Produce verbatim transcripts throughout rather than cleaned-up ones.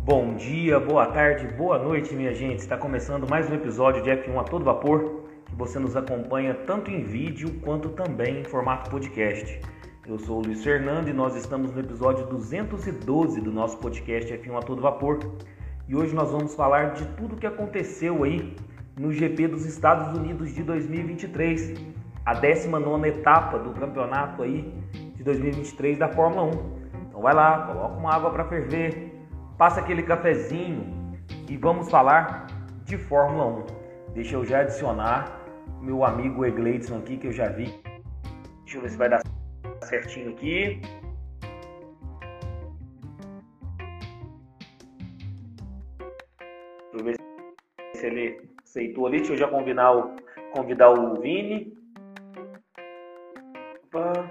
Bom dia, boa tarde, boa noite, minha gente. Está começando mais um episódio de F um a todo vapor, que você nos acompanha tanto em vídeo quanto também em formato podcast. Eu sou o Luiz Fernando e nós estamos no episódio duzentos e doze do nosso podcast F um a todo vapor. E hoje nós vamos falar de tudo o que aconteceu aí no G P dos Estados Unidos de dois mil e vinte e três, a décima nona etapa do campeonato aí de dois mil e vinte e três da Fórmula um. Então vai lá, coloca uma água para ferver, passa aquele cafezinho e vamos falar de Fórmula um. Deixa eu já adicionar meu amigo Egleidson aqui, que eu já vi. Deixa eu ver se vai dar certinho aqui. Deixa eu ver se ele aceitou ali. Deixa eu já combinar o, convidar o Vini. Opa.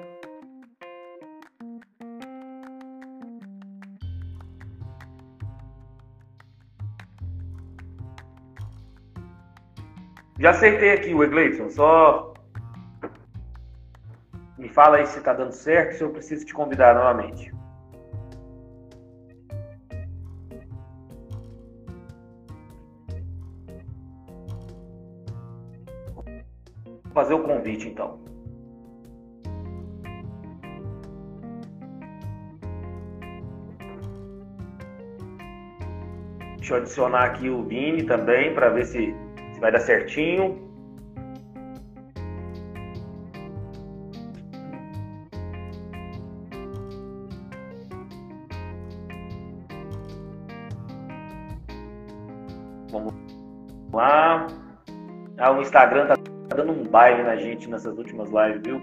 Já acertei aqui o Egleidson, só me fala aí se está dando certo, se eu preciso te convidar novamente. Vou fazer o convite então. Deixa eu adicionar aqui o Vini também para ver se Se vai dar certinho. Vamos lá. Ah, o Instagram tá dando um baile na gente nessas últimas lives, viu?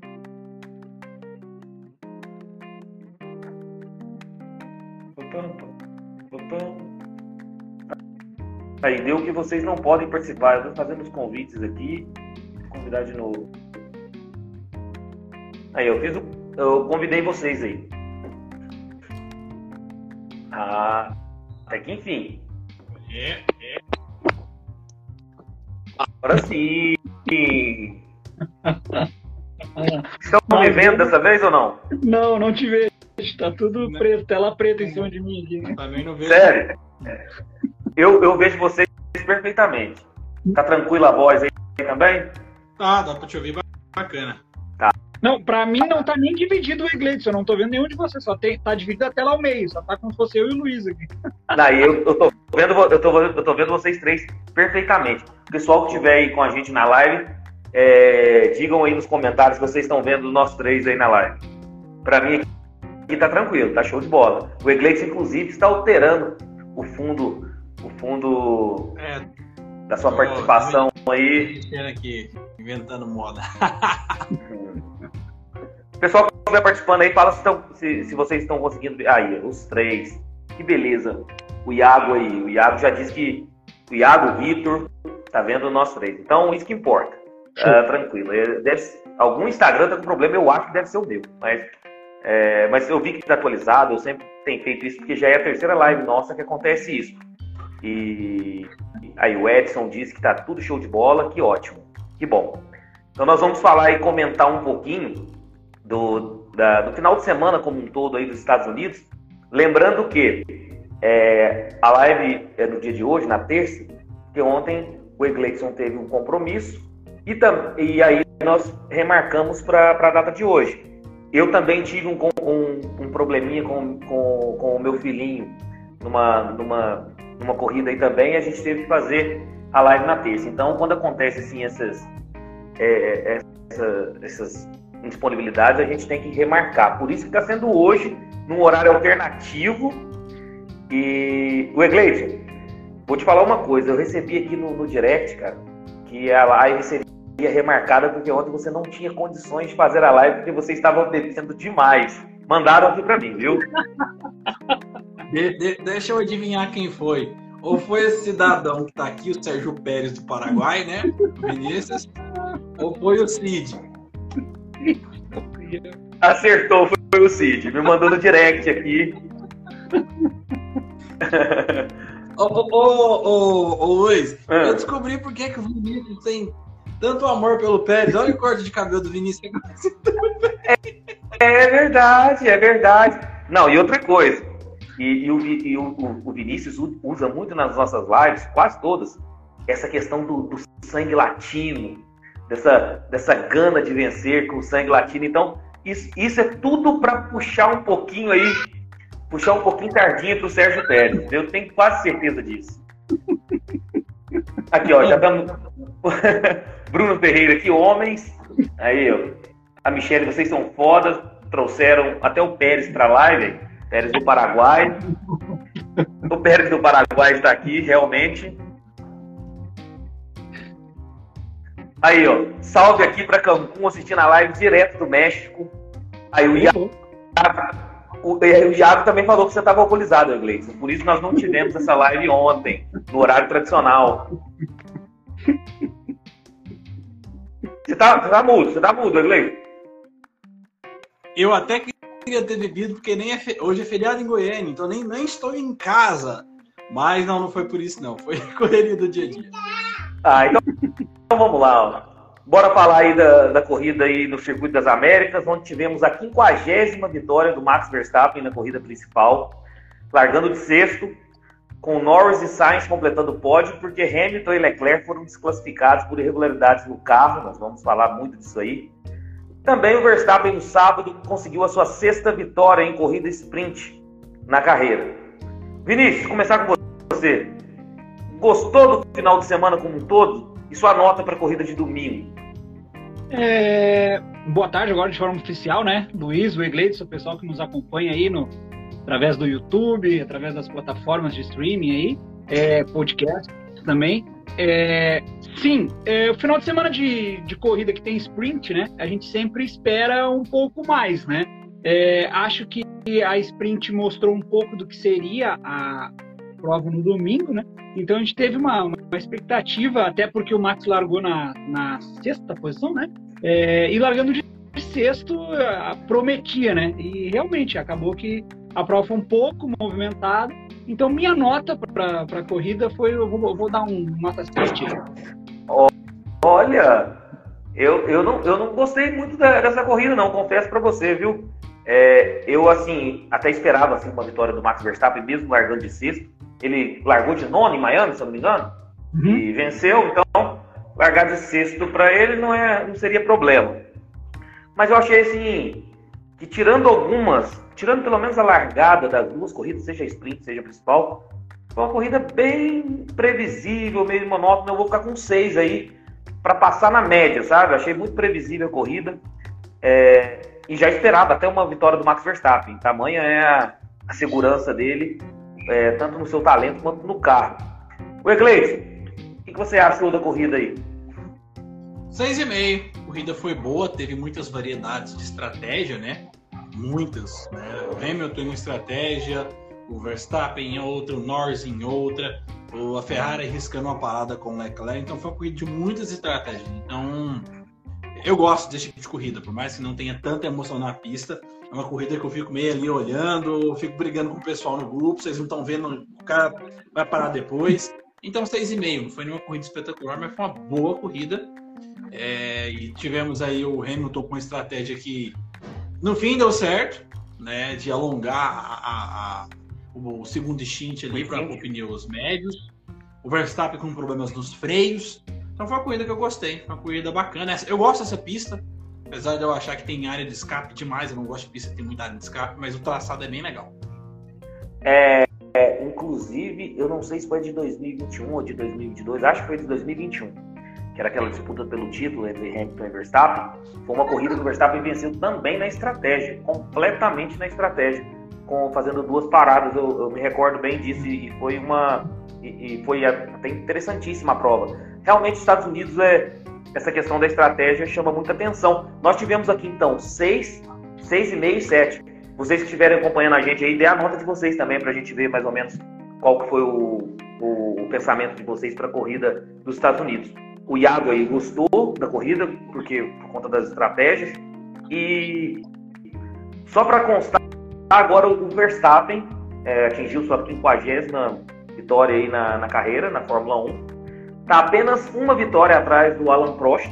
Aí deu que vocês não podem participar. Eu vou fazendo os convites aqui. Vou convidar de novo. Aí eu fiz o... Eu convidei vocês aí. Ah, até que enfim. É, é. Agora sim. Estão me vendo dessa vez ou não? Não, não te vejo. Tá tudo preto, tela preta em cima de mim aqui. Também não vejo. Sério? Eu, eu vejo vocês perfeitamente. Tá tranquila a voz aí também? Tá, dá pra te ouvir bacana. Não, pra mim não tá nem dividido o Egleidson, eu não tô vendo nenhum de vocês, só tem, tá dividido até lá ao meio, só tá como se fosse eu e o Luiz aqui. Daí eu, eu, tô vendo, eu, tô, eu tô vendo vocês três perfeitamente. O pessoal que estiver aí com a gente na live, é, digam aí nos comentários que vocês estão vendo nós três aí na live. Pra mim aqui tá tranquilo, tá show de bola. O Egleidson, inclusive, está alterando o fundo, o fundo É, da sua tô, participação aí. aqui, inventando moda. O pessoal que estiver participando aí, fala se, tão, se, se vocês estão conseguindo ver. Aí, os três. Que beleza. O Iago aí. O Iago já disse que... O Iago, o Vitor, tá vendo nós três. Então, isso que importa. Uh, tranquilo. Deve, algum Instagram tá com problema, eu acho que deve ser o meu. Mas, é, mas eu vi que tá atualizado, eu sempre tenho feito isso, porque já é a terceira live nossa que acontece isso. E aí o Edson disse que tá tudo show de bola, que ótimo. Que bom. Então nós vamos falar e comentar um pouquinho Do, da, do final de semana como um todo aí dos Estados Unidos, lembrando que é, a live é no dia de hoje, na terça, porque ontem o Egleidson teve um compromisso e, tam, e aí nós remarcamos para a data de hoje. Eu também tive um, um, um probleminha com, com, com o meu filhinho numa, numa, numa corrida aí também, e a gente teve que fazer a live na terça. Então, quando acontece assim essas, é, essa, essas indisponibilidades, a gente tem que remarcar. Por isso que está sendo hoje, num horário alternativo. E o Egleidson, vou te falar uma coisa, eu recebi aqui no, no direct, cara, que a live seria remarcada porque ontem você não tinha condições de fazer a live porque você estava bebendo demais. Mandaram aqui para mim, viu? De, de, deixa eu adivinhar quem foi. Ou foi esse cidadão que tá aqui, o Sérgio Pérez do Paraguai, né? O Vinícius. Ou foi o Cid. Acertou, foi o Cid. Me mandou no direct aqui. Ô, ô, ô, ô, ô Luiz, ah. eu descobri por que, que o Vinícius tem tanto amor pelo Pérez. Olha o corte de cabelo do Vinícius. É, é verdade, é verdade. Não, e outra coisa. E, e, o, e o, o Vinícius usa muito nas nossas lives, quase todas, essa questão do, do sangue latino, dessa, dessa gana de vencer com o sangue latino. Então, isso, isso é tudo para puxar um pouquinho aí, puxar um pouquinho tardinho para o Sérgio Pérez. Eu tenho quase certeza disso. Aqui, ó, já estamos. Bruno Ferreira aqui, homens. Aí, ó. A Michelle, vocês são fodas. Trouxeram até o Pérez para a live. Pérez do Paraguai. O Pérez do Paraguai está aqui, realmente. Aí, ó. Salve aqui para Cancún, assistindo a live direto do México. Aí o Iago, o, o Iago também falou que você estava alcoolizado, Gleison. Por isso nós não tivemos essa live ontem, no horário tradicional. Você tá, você tá mudo, você tá mudo, Gleison. Eu até queria ter bebido, porque nem é fe... hoje é feriado em Goiânia, então nem, nem estou em casa. Mas não, não foi por isso, não. Foi correria do dia a dia. Ah, então, então vamos lá. Ó. Bora falar aí da, da corrida aí no Circuito das Américas, onde tivemos a quinquagésima vitória do Max Verstappen na corrida principal, largando de sexto, com Norris e Sainz completando o pódio, porque Hamilton e Leclerc foram desclassificados por irregularidades no carro, nós vamos falar muito disso aí. Também o Verstappen, no sábado, conseguiu a sua sexta vitória em corrida sprint na carreira. Vinícius, começar com você. Gostou do final de semana como um todo? E sua nota para a corrida de domingo? É... Boa tarde agora de forma oficial, né? Luiz, o Egleidson, o pessoal que nos acompanha aí no... através do YouTube, através das plataformas de streaming aí, é... podcast também. É... Sim, é... o final de semana de, de corrida que tem sprint, né? A gente sempre espera um pouco mais, né? É... Acho que a sprint mostrou um pouco do que seria a prova no domingo, né? Então a gente teve uma, uma expectativa, até porque o Max largou na, na sexta posição, né? É, e largando de sexto, prometia, né? E realmente acabou que a prova foi um pouco movimentada. Então minha nota para a corrida foi, eu vou, eu vou dar um nota sete. Olha, eu, eu, não, eu não gostei muito dessa corrida, não, confesso para você, viu? É, eu, assim, até esperava assim, uma vitória do Max Verstappen, mesmo largando de sexto. Ele largou de nono em Miami, se eu não me engano, uhum. E venceu. Então, largar de sexto para ele não, é, não seria problema. Mas eu achei, assim, que tirando algumas, tirando pelo menos a largada das duas corridas, seja a sprint, seja a principal, foi uma corrida bem previsível, meio monótona. Eu vou ficar com seis aí, para passar na média, sabe? Eu achei muito previsível a corrida. É... E já esperava até uma vitória do Max Verstappen. Tamanha é a, a segurança dele, é, tanto no seu talento quanto no carro. O Egleison, o que, que você achou da corrida aí? seis e meio. A corrida foi boa, teve muitas variedades de estratégia, né? Muitas. Né? O Hamilton em estratégia, o Verstappen em outra, o Norris em outra, a Ferrari arriscando uma parada com o Leclerc. Então foi uma corrida de muitas estratégias. Então... eu gosto desse tipo de corrida, por mais que não tenha tanta emoção na pista. É uma corrida que eu fico meio ali olhando, eu fico brigando com o pessoal no grupo, vocês não estão vendo, o cara vai parar depois. Então, seis e meio. Não foi nenhuma corrida espetacular, mas foi uma boa corrida. É, e tivemos aí o Hamilton com uma estratégia que, no fim, deu certo, né, de alongar a, a, a, o segundo stint ali para pneus médios. O Verstappen com problemas nos freios. Então foi uma corrida que eu gostei, uma corrida bacana. Eu gosto dessa pista, apesar de eu achar que tem área de escape demais. Eu não gosto de pista que tem muita área de escape, mas o traçado é bem legal. É, é, inclusive, eu não sei se foi de dois mil e vinte e um ou de dois mil e vinte e dois, acho que foi de dois mil e vinte e um, que era aquela disputa pelo título entre Hamilton e Verstappen. Foi uma corrida que o Verstappen venceu também na estratégia, completamente na estratégia, com, fazendo duas paradas. Eu, eu me recordo bem disso e foi uma e, e foi até interessantíssima a prova. Realmente, os Estados Unidos, é, essa questão da estratégia chama muita atenção. Nós tivemos aqui, então, seis, seis e meio e sete. Vocês que estiverem acompanhando a gente aí, dê a nota de vocês também, para a gente ver mais ou menos qual que foi o, o, o pensamento de vocês para a corrida dos Estados Unidos. O Iago aí gostou da corrida, porque por conta das estratégias. E só para constar, agora o Verstappen é, atingiu sua quinquagésima vitória aí na, na carreira, na Fórmula um. Está apenas uma vitória atrás do Alan Prost.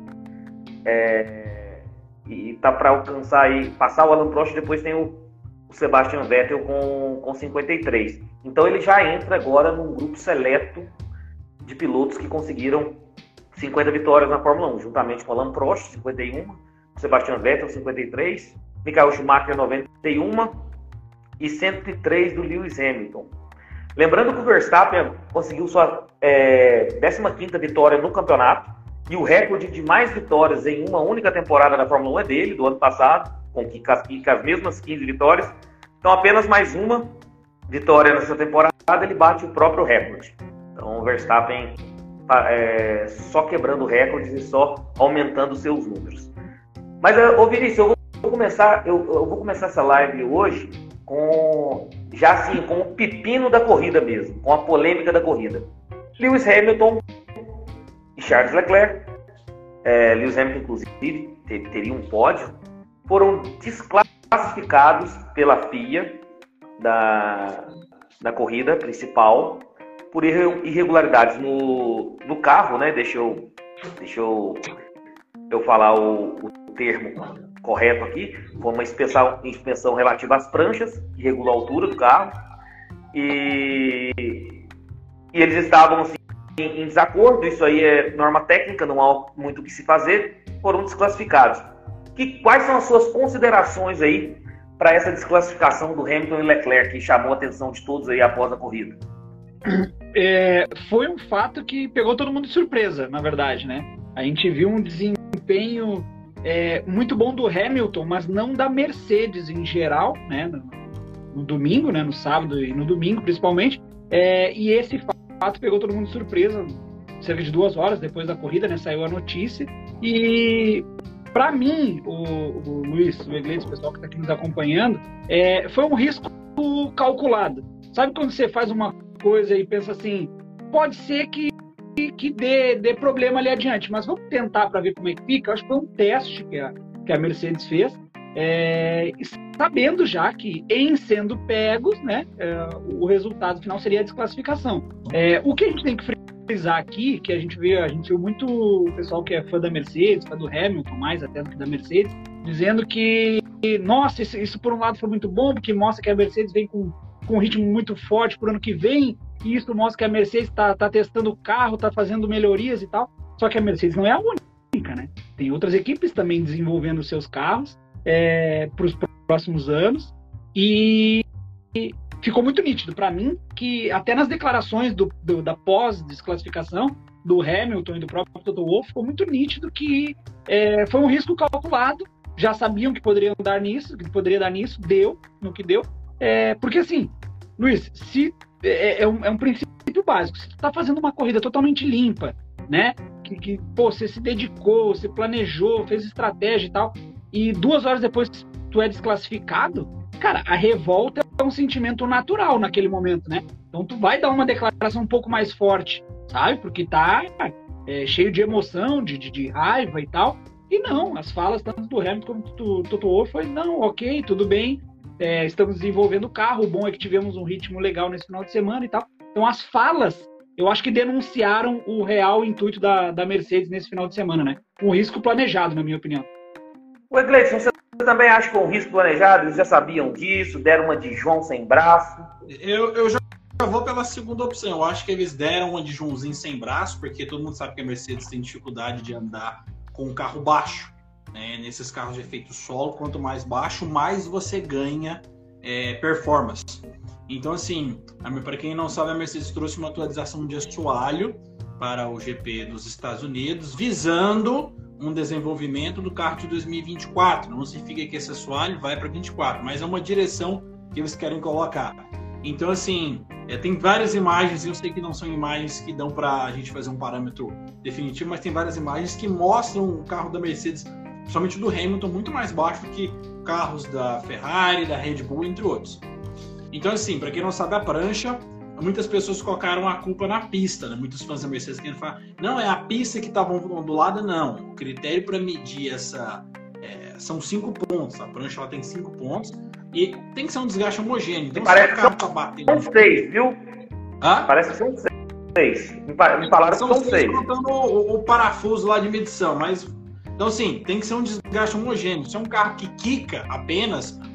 É, e está para alcançar aí, passar o Alan Prost. Depois tem o, o Sebastian Vettel com, com cinquenta e três. Então ele já entra agora num grupo seleto de pilotos que conseguiram cinquenta vitórias na Fórmula um, juntamente com Alain Prost, cinquenta e um, Sebastian Vettel, cinquenta e três, Michael Schumacher, noventa e um e cento e três do Lewis Hamilton. Lembrando que o Verstappen conseguiu sua é, décima quinta vitória no campeonato e o recorde de mais vitórias em uma única temporada da Fórmula um é dele, do ano passado, com, que, com as mesmas quinze vitórias. Então apenas mais uma vitória nessa temporada ele bate o próprio recorde. Então o Verstappen é, só quebrando recordes e só aumentando seus números. Mas, ô Vinícius, eu vou começar, eu, eu vou começar essa live hoje com já assim, com o pepino da corrida mesmo, com a polêmica da corrida. Lewis Hamilton e Charles Leclerc, é, Lewis Hamilton inclusive ter, teria um pódio, foram desclassificados pela F I A da, da corrida principal por irregularidades no, no carro, né? Deixa eu, deixa eu, eu falar o, o termo correto aqui. Foi uma inspeção, inspeção relativa às pranchas, que regula a altura do carro. E, e eles estavam assim, em, em desacordo. Isso aí é norma técnica, não há muito o que se fazer. Foram desclassificados. Que, quais são as suas considerações aí para essa desclassificação do Hamilton e Leclerc, que chamou a atenção de todos aí após a corrida? É, foi um fato que pegou todo mundo de surpresa, na verdade, né? A gente viu um desempenho é, muito bom do Hamilton, mas não da Mercedes em geral, né? No, no domingo, né? No sábado e no domingo, principalmente. É, e esse fato pegou todo mundo de surpresa, cerca de duas horas depois da corrida, né? Saiu a notícia. E para mim, o, o Luiz, o Iglesias, o pessoal que está aqui nos acompanhando, é, foi um risco calculado. Sabe quando você faz uma coisa e pensa assim, pode ser que, que dê, dê problema ali adiante, mas vamos tentar para ver como é que fica. Eu acho que foi um teste que a, que a Mercedes fez, é, sabendo já que, em sendo pegos, né, é, o resultado final seria a desclassificação. É, o que a gente tem que frisar aqui, que a gente vê, a gente viu muito o pessoal que é fã da Mercedes, fã do Hamilton, mais até do que da Mercedes, dizendo que, nossa, isso, isso por um lado foi muito bom, porque mostra que a Mercedes vem com com um ritmo muito forte para o ano que vem, e isso mostra que a Mercedes está tá testando o carro, está fazendo melhorias e tal. Só que a Mercedes não é a única, né? Tem outras equipes também desenvolvendo os seus carros é, para os próximos anos, e, e ficou muito nítido para mim que até nas declarações do, do, da pós-desclassificação do Hamilton e do próprio Toto Wolff, ficou muito nítido que é, foi um risco calculado, já sabiam que poderiam dar nisso, que poderia dar nisso, deu no que deu. É, porque assim, Luiz, se, é, é, um, é um princípio básico. Se tu tá fazendo uma corrida totalmente limpa, né? Que, que pô, você se dedicou, você planejou, fez estratégia e tal, e duas horas depois tu é desclassificado, cara, a revolta é um sentimento natural naquele momento, né? Então tu vai dar uma declaração um pouco mais forte, sabe? Porque tá é, cheio de emoção, de, de, de raiva e tal. E não, as falas tanto do Hamilton como do Toto Wolff foi, não, ok, tudo bem. É, estamos desenvolvendo o carro, o bom é que tivemos um ritmo legal nesse final de semana e tal. Então as falas, eu acho que denunciaram o real intuito da, da Mercedes nesse final de semana, né? Um risco planejado, na minha opinião. O Iglesias, você também acha que foi um risco planejado? Eles já sabiam disso, deram uma de João sem braço? Eu, eu já vou pela segunda opção. Eu acho que eles deram uma de Joãozinho sem braço, porque todo mundo sabe que a Mercedes tem dificuldade de andar com um carro baixo. É, nesses carros de efeito solo, quanto mais baixo, mais você ganha é, performance. Então, assim, para quem não sabe, a Mercedes trouxe uma atualização de assoalho para o G P dos Estados Unidos, visando um desenvolvimento do carro de dois mil e vinte e quatro. Não significa que esse assoalho vai para vinte e quatro, mas é uma direção que eles querem colocar. Então, assim, é, tem várias imagens, eu sei que não são imagens que dão para a gente fazer um parâmetro definitivo, mas tem várias imagens que mostram o carro da Mercedes, principalmente do Hamilton, muito mais baixo do que carros da Ferrari, da Red Bull, entre outros. Então, assim, para quem não sabe a prancha, muitas pessoas colocaram a culpa na pista, né? Muitos fãs da Mercedes querem falar, não, é a pista que estava ondulada, não. O critério para medir essa... É, são cinco pontos, a prancha ela tem cinco pontos, e tem que ser um desgaste homogêneo. Então, parece se o carro tá batendo... São seis, viu? Hã? Parece que são seis. Me, me falaram que são, são seis. seis. Contando o, o parafuso lá de medição, mas... Então, assim, tem que ser um desgaste homogêneo. Se é um carro que quica apenas,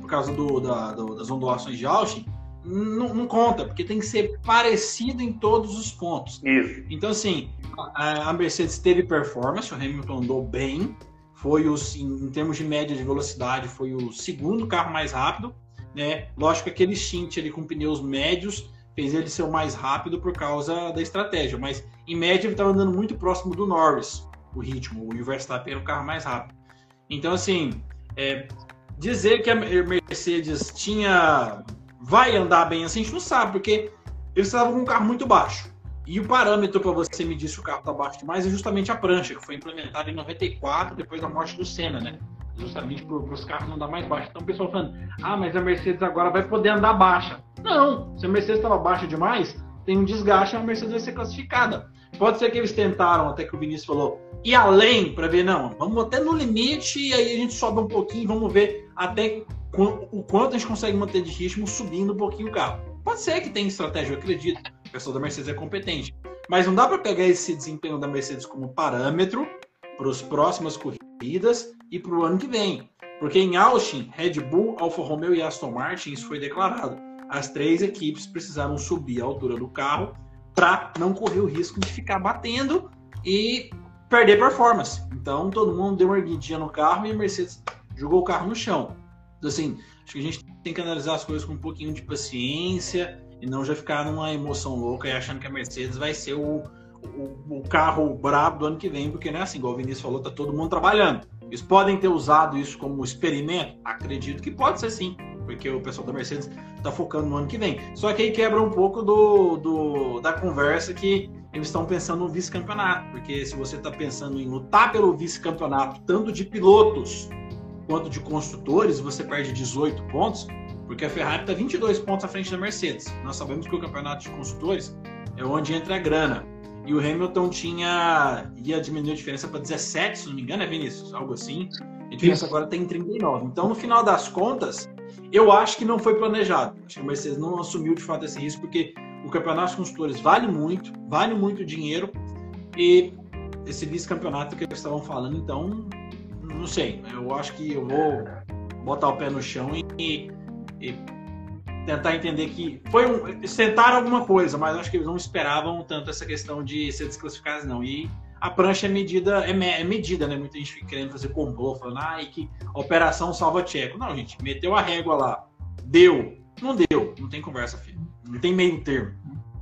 causa do, da, do, das ondulações de Austin, não, não conta, porque tem que ser parecido em todos os pontos. Isso. Então, assim, a, a Mercedes teve performance, o Hamilton andou bem, foi os, em, em termos de média de velocidade, foi o segundo carro mais rápido, né? Lógico que aquele stint ali com pneus médios fez ele ser o mais rápido por causa da estratégia, mas em média ele estava andando muito próximo do Norris, o ritmo, o Verstappen era o carro mais rápido. Então, assim, é, dizer que a Mercedes tinha, vai andar bem assim, a gente não sabe, porque eles estavam com um carro muito baixo. E o parâmetro para você medir se o carro está baixo demais é justamente a prancha, que foi implementada em noventa e quatro, depois da morte do Senna, né? Justamente para os carros não andar mais baixo. Então o pessoal falando, ah, mas a Mercedes agora vai poder andar baixa. Não, se a Mercedes estava baixa demais, tem um desgaste e a Mercedes vai ser classificada. Pode ser que eles tentaram, até que o Vinícius falou, ir além para ver, não, vamos até no limite e aí a gente sobe um pouquinho, vamos ver até o quanto a gente consegue manter de ritmo subindo um pouquinho o carro. Pode ser que tenha estratégia, eu acredito. O pessoal da Mercedes é competente. Mas não dá para pegar esse desempenho da Mercedes como parâmetro para as próximas corridas e para o ano que vem. Porque em Austin, Red Bull, Alfa Romeo e Aston Martin, isso foi declarado. As três equipes precisaram subir a altura do carro para não correr o risco de ficar batendo e perder performance. Então todo mundo deu uma erguidinha no carro e a Mercedes jogou o carro no chão. Então, assim, acho que a gente tem que analisar as coisas com um pouquinho de paciência e não já ficar numa emoção louca e achando que a Mercedes vai ser o, o, o carro brabo do ano que vem, porque não é assim, igual o Vinícius falou, tá todo mundo trabalhando. Eles podem ter usado isso como experimento? Acredito que pode ser sim, porque o pessoal da Mercedes tá focando no ano que vem. Só que aí quebra um pouco do, do, da conversa que eles estão pensando no vice-campeonato, porque se você está pensando em lutar pelo vice-campeonato, tanto de pilotos quanto de construtores, você perde dezoito pontos, porque a Ferrari está vinte e dois pontos à frente da Mercedes. Nós sabemos que o campeonato de construtores é onde entra a grana. E o Hamilton tinha ia diminuir a diferença para dezessete, se não me engano, é Vinícius? Algo assim. A diferença agora tem trinta e nove. Então, no final das contas, eu acho que não foi planejado. Acho que a Mercedes não assumiu de fato esse risco, porque o campeonato de construtores vale muito, vale muito dinheiro. E esse vice-campeonato que eles estavam falando, então, não sei. Eu acho que eu vou botar o pé no chão e, e tentar entender que foi um, eles tentaram alguma coisa, mas acho que eles não esperavam tanto essa questão de ser desclassificados, não. E a prancha é medida, é, me, é medida, né? Muita gente fica querendo fazer complô, falando, ah, e que operação salva Tcheco. Não, gente, meteu a régua lá, deu, não deu, não tem conversa, filho. Não tem meio termo.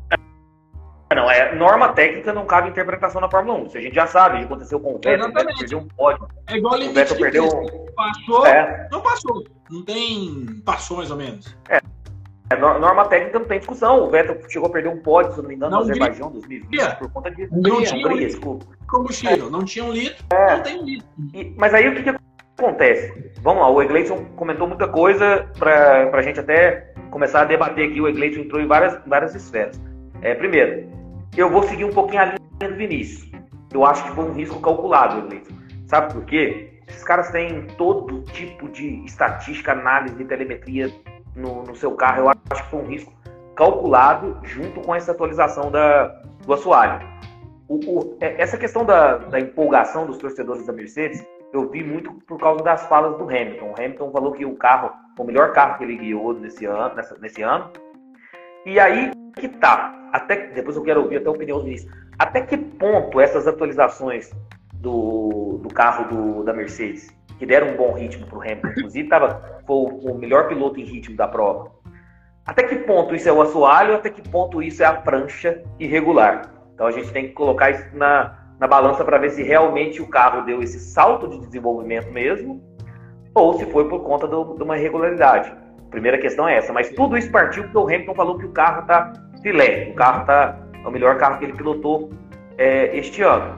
Não, é, norma técnica não cabe interpretação na Fórmula um. Se a gente já sabe, o que aconteceu com o Vettel, o Vettel perdeu um pódio. É igual o Vettel perdeu um... Passou, é. não passou. Não tem... Passou, mais ou menos. É. É, norma técnica não tem discussão. O Vettel chegou a perder um pódio, se não me engano, no Azerbaijão dois mil e vinte, por conta disso. Não tinha um litro combustível, não tinha um litro, é. não tem um litro. E, mas aí o que, que acontece? Vamos lá, o Egleison comentou muita coisa pra, pra gente até começar a debater aqui. O Egleison entrou em várias, várias esferas. É, primeiro, eu vou seguir um pouquinho a linha do Vinícius. Eu acho que foi um risco calculado, Egleison. Sabe por quê? Esses caras têm todo tipo de estatística, análise, telemetria No, no seu carro. Eu acho que foi um risco calculado junto com essa atualização da, do assoalho. O, o, essa questão da, da empolgação dos torcedores da Mercedes, eu vi muito por causa das falas do Hamilton. O Hamilton falou que o carro, o melhor carro que ele guiou nesse ano, nessa, nesse ano. E aí que tá. Até, depois eu quero ouvir até a opinião do Vinícius. Até que ponto essas atualizações do, do carro do, da Mercedes, que deram um bom ritmo para o Hamilton, inclusive tava, foi o melhor piloto em ritmo da prova. Até que ponto isso é o assoalho, até que ponto isso é a prancha irregular? Então a gente tem que colocar isso na, na balança para ver se realmente o carro deu esse salto de desenvolvimento mesmo, ou se foi por conta do, de uma irregularidade. A primeira questão é essa, mas tudo isso partiu porque o Hamilton falou que o carro está filé, o carro tá, é o melhor carro que ele pilotou é, este ano.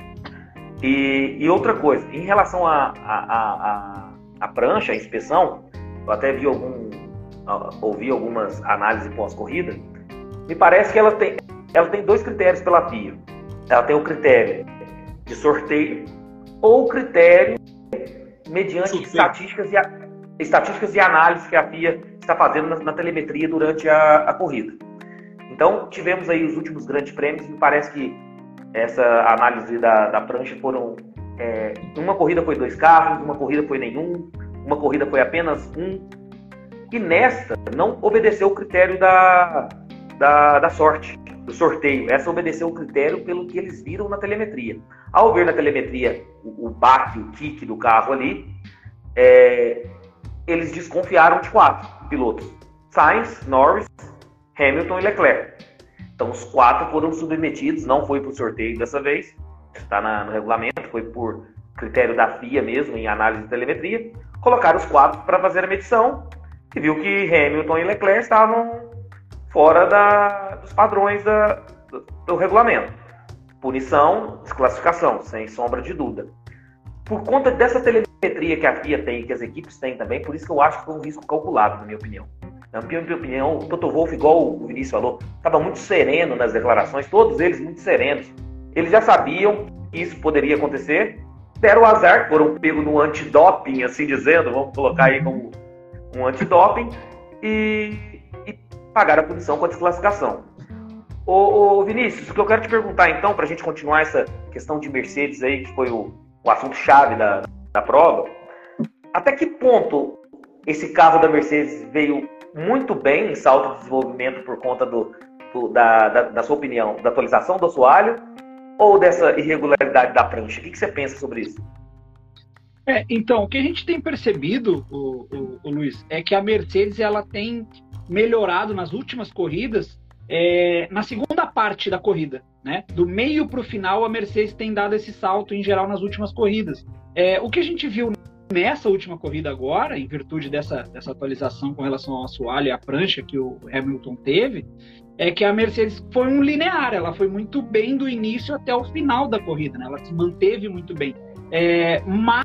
E, e outra coisa, em relação à a, a, a, a prancha, a inspeção, eu até vi algum, ouvi algumas análises pós-corrida, me parece que ela tem, ela tem dois critérios pela F I A. Ela tem o critério de sorteio ou o critério mediante sorteio. estatísticas e, a, estatísticas e análise que a F I A está fazendo na, na telemetria durante a, a corrida. Então, tivemos aí os últimos grandes prêmios, me parece que essa análise da, da prancha foram... É, uma corrida foi dois carros, uma corrida foi nenhum, uma corrida foi apenas um. e nesta não obedeceu o critério da, da, da sorte, do sorteio. Essa obedeceu o critério pelo que eles viram na telemetria. Ao ver na telemetria o, o baque, o kick do carro ali, é, eles desconfiaram de quatro pilotos: Sainz, Norris, Hamilton e Leclerc. Então os quatro foram submetidos, não foi por sorteio dessa vez, está no regulamento, foi por critério da F I A mesmo, em análise de telemetria. Colocaram os quatro para fazer a medição e viu que Hamilton e Leclerc estavam fora da, dos padrões da, do, do regulamento. Punição, desclassificação, sem sombra de dúvida. Por conta dessa telemetria que a F I A tem, que as equipes têm também, por isso que eu acho que foi um risco calculado, na minha opinião. Na minha opinião, o Toto Wolff, igual o Vinícius falou, estava muito sereno nas declarações, todos eles muito serenos. Eles já sabiam que isso poderia acontecer, deram o azar, foram pegos no antidoping, assim dizendo, vamos colocar aí como um antidoping, e, e pagaram a punição com a desclassificação. Ô, ô Vinícius, o que eu quero te perguntar então, para a gente continuar essa questão de Mercedes aí, que foi o, o assunto-chave da, da prova, até que ponto esse carro da Mercedes veio muito bem em salto de desenvolvimento por conta do, do, da, da, da sua opinião, da atualização do assoalho ou dessa irregularidade da prancha? O que, que você pensa sobre isso? É, então, o que a gente tem percebido, o, o, o Luiz, é que a Mercedes ela tem melhorado nas últimas corridas, é, na segunda parte da corrida, né? Do meio para o final, a Mercedes tem dado esse salto em geral nas últimas corridas. É, o que a gente viu nessa última corrida agora, em virtude dessa, dessa atualização com relação ao assoalho e à prancha que o Hamilton teve, é que a Mercedes foi um linear, ela foi muito bem do início até o final da corrida, né? Ela se manteve muito bem. É,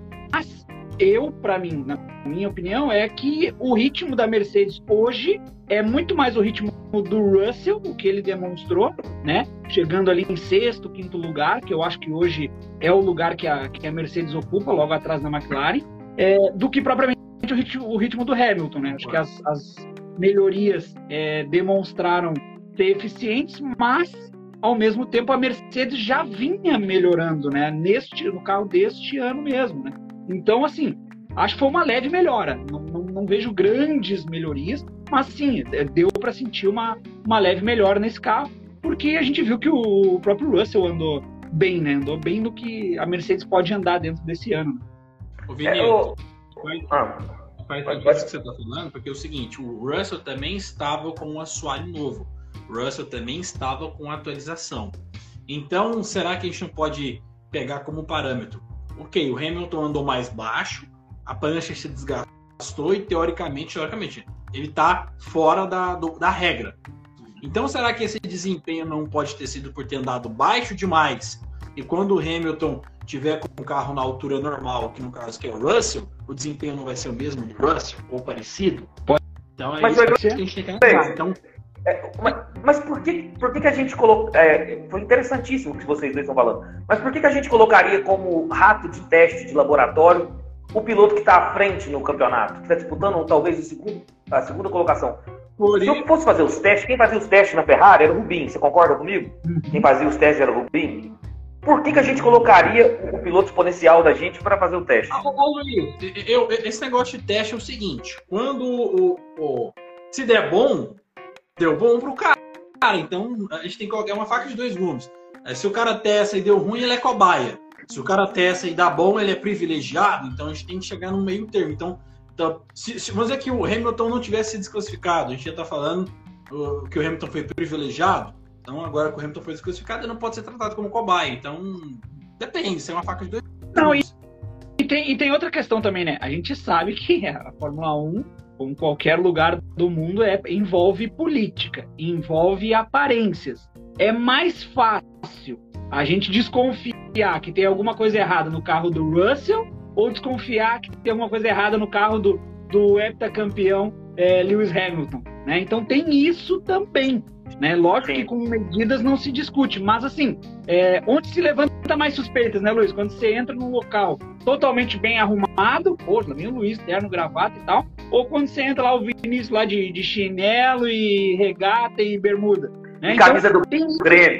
mas eu, para mim, na minha opinião, é que o ritmo da Mercedes hoje é muito mais o ritmo do Russell, o que ele demonstrou, né? Chegando ali em sexto, quinto lugar, que eu acho que hoje é o lugar que a, que a Mercedes ocupa, logo atrás da McLaren, é, do que propriamente o ritmo, o ritmo do Hamilton, né? Acho que as, as melhorias é, demonstraram ser eficientes, mas ao mesmo tempo a Mercedes já vinha melhorando, né? Neste, no carro deste ano mesmo, né? Então, assim, acho que foi uma leve melhora. Não, não, não vejo grandes melhorias, mas sim, deu para sentir uma, uma leve melhora nesse carro, porque a gente viu que o próprio Russell andou bem, né? Andou bem do que a Mercedes pode andar dentro desse ano. Ô, Vinícius, é, eu... faz, ah, faz pode, isso pode. que você está falando, porque é o seguinte, o Russell também estava com um assoalho novo. O Russell também estava com atualização. Então, será que a gente não pode pegar como parâmetro? Ok, o Hamilton andou mais baixo, a prancha se desgastou e, teoricamente, teoricamente ele está fora da, do, da regra. Então, será que esse desempenho não pode ter sido por ter andado baixo demais? E quando o Hamilton tiver com o carro na altura normal, que no caso que é o Russell, o desempenho não vai ser o mesmo do Russell, ou parecido? Pode. Então, é Mas isso eu... que a gente tem que analisar. Então, É, mas, mas por que, por que, que a gente colocou... É, foi interessantíssimo o que vocês dois estão falando. Mas por que, que a gente colocaria como rato de teste de laboratório o piloto que está à frente no campeonato? Que está disputando talvez o segundo, a segunda colocação. Se eu fosse fazer os testes, quem fazia os testes na Ferrari era o Rubinho. Você concorda comigo? Quem fazia os testes era o Rubinho. Por que, que a gente colocaria o piloto exponencial da gente para fazer o teste? Ah, Luiz, eu, eu, esse negócio de teste é o seguinte. Quando o, o... Se der bom... Deu bom pro cara, então a gente tem que colocar uma faca de dois gumes. Se o cara testa e deu ruim, ele é cobaia. Se o cara testa e dá bom, ele é privilegiado. Então a gente tem que chegar no meio termo. Então, então se, se vamos dizer que o Hamilton não tivesse sido desclassificado, a gente já está falando uh, que o Hamilton foi privilegiado. Então agora que o Hamilton foi desclassificado, ele não pode ser tratado como cobaia. Então depende, se é uma faca de dois gumes. Não, e, e, tem, e tem outra questão também, né? A gente sabe que a Fórmula um, como qualquer lugar do mundo, é, envolve política, envolve aparências. É mais fácil a gente desconfiar que tem alguma coisa errada no carro do Russell ou desconfiar que tem alguma coisa errada no carro do, do heptacampeão é, Lewis Hamilton, né? Então tem isso também, né? Lógico Sim. que com medidas não se discute, mas assim, é, onde se levanta mais suspeitas, né, Luiz? Quando você entra num local totalmente bem arrumado, pô, lá vem o Luiz, terno, gravata e tal, ou quando você entra lá, o Vinícius lá de, de chinelo e regata e bermuda. Né? E então, camisa do tem... Grêmio.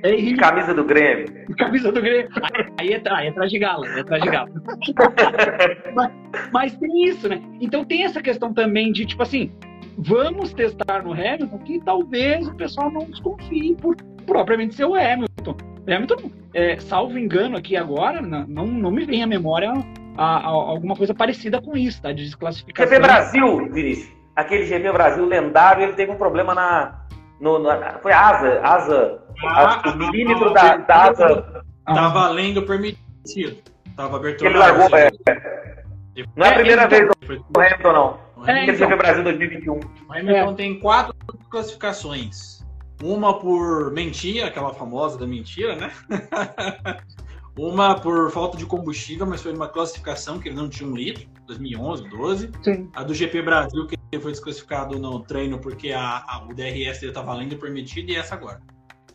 É camisa do Grêmio. Camisa do Grêmio. Aí é, aí é atrás de gala, é atrás de gala. mas, mas tem isso, né? Então tem essa questão também de, tipo assim, vamos testar no Hamilton que talvez o pessoal não desconfie por propriamente ser o Hamilton. O Hamilton, é, salvo engano aqui agora, não, não me vem à memória a, a, alguma coisa parecida com isso, tá? De desclassificação. G P Brasil, Vinícius. Aquele G P Brasil lendário, ele teve um problema na... No, na foi a asa, asa ah, a, o milímetro ah, da, da asa. Tá valendo permitido. Tava aberto. Ele largou, é, não é a primeira é, vez no Hamilton, não. É, Ele então, foi Brasil dois mil e vinte e um. O Hamilton é. tem quatro classificações. Uma por mentira, aquela famosa da mentira, né? Uma por falta de combustível, mas foi uma classificação que ele não tinha um litro, dois mil e onze, doze. Sim. A do G P Brasil, que ele foi desclassificado no treino porque a, a, o D R S dele tá valendo permitido, e essa agora.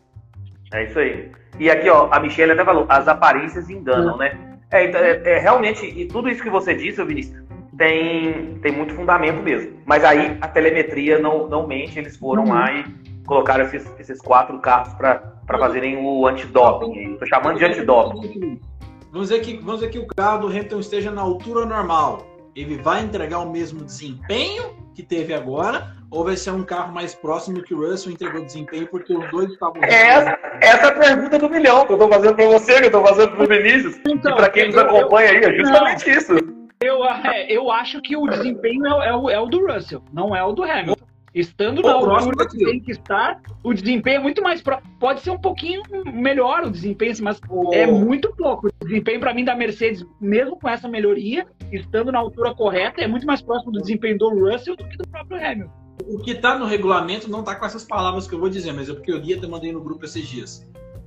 É isso aí. E aqui, ó, a Michelle até falou, as aparências enganam, né? É, é, é realmente, e tudo isso que você disse, Vinícius, tem, tem muito fundamento mesmo. Mas aí a telemetria não, não mente, eles foram uhum. lá e colocaram esses, esses quatro carros para fazerem o antidoping. Estou chamando de antidoping. Vamos dizer, que, vamos dizer que o carro do Hamilton esteja na altura normal. Ele vai entregar o mesmo desempenho que teve agora, ou vai ser um carro mais próximo que o Russell entregou desempenho porque os dois estavam... Essa, essa é a pergunta do milhão que eu estou fazendo para você, que eu estou fazendo para o Vinícius. Então, e para quem nos acompanha aí, é justamente não, isso. Eu, eu acho que o desempenho é, é, o, é o do Russell, não é o do Hamilton. Estando na altura que tem que estar, o desempenho é muito mais próximo. Pode ser um pouquinho melhor o desempenho, mas oh. é muito pouco. O desempenho, para mim, da Mercedes, mesmo com essa melhoria, estando na altura correta, é muito mais próximo do desempenho do Russell do que do próprio Hamilton. O que está no regulamento não está com essas palavras que eu vou dizer, mas é porque eu li e mandei no grupo esses dias.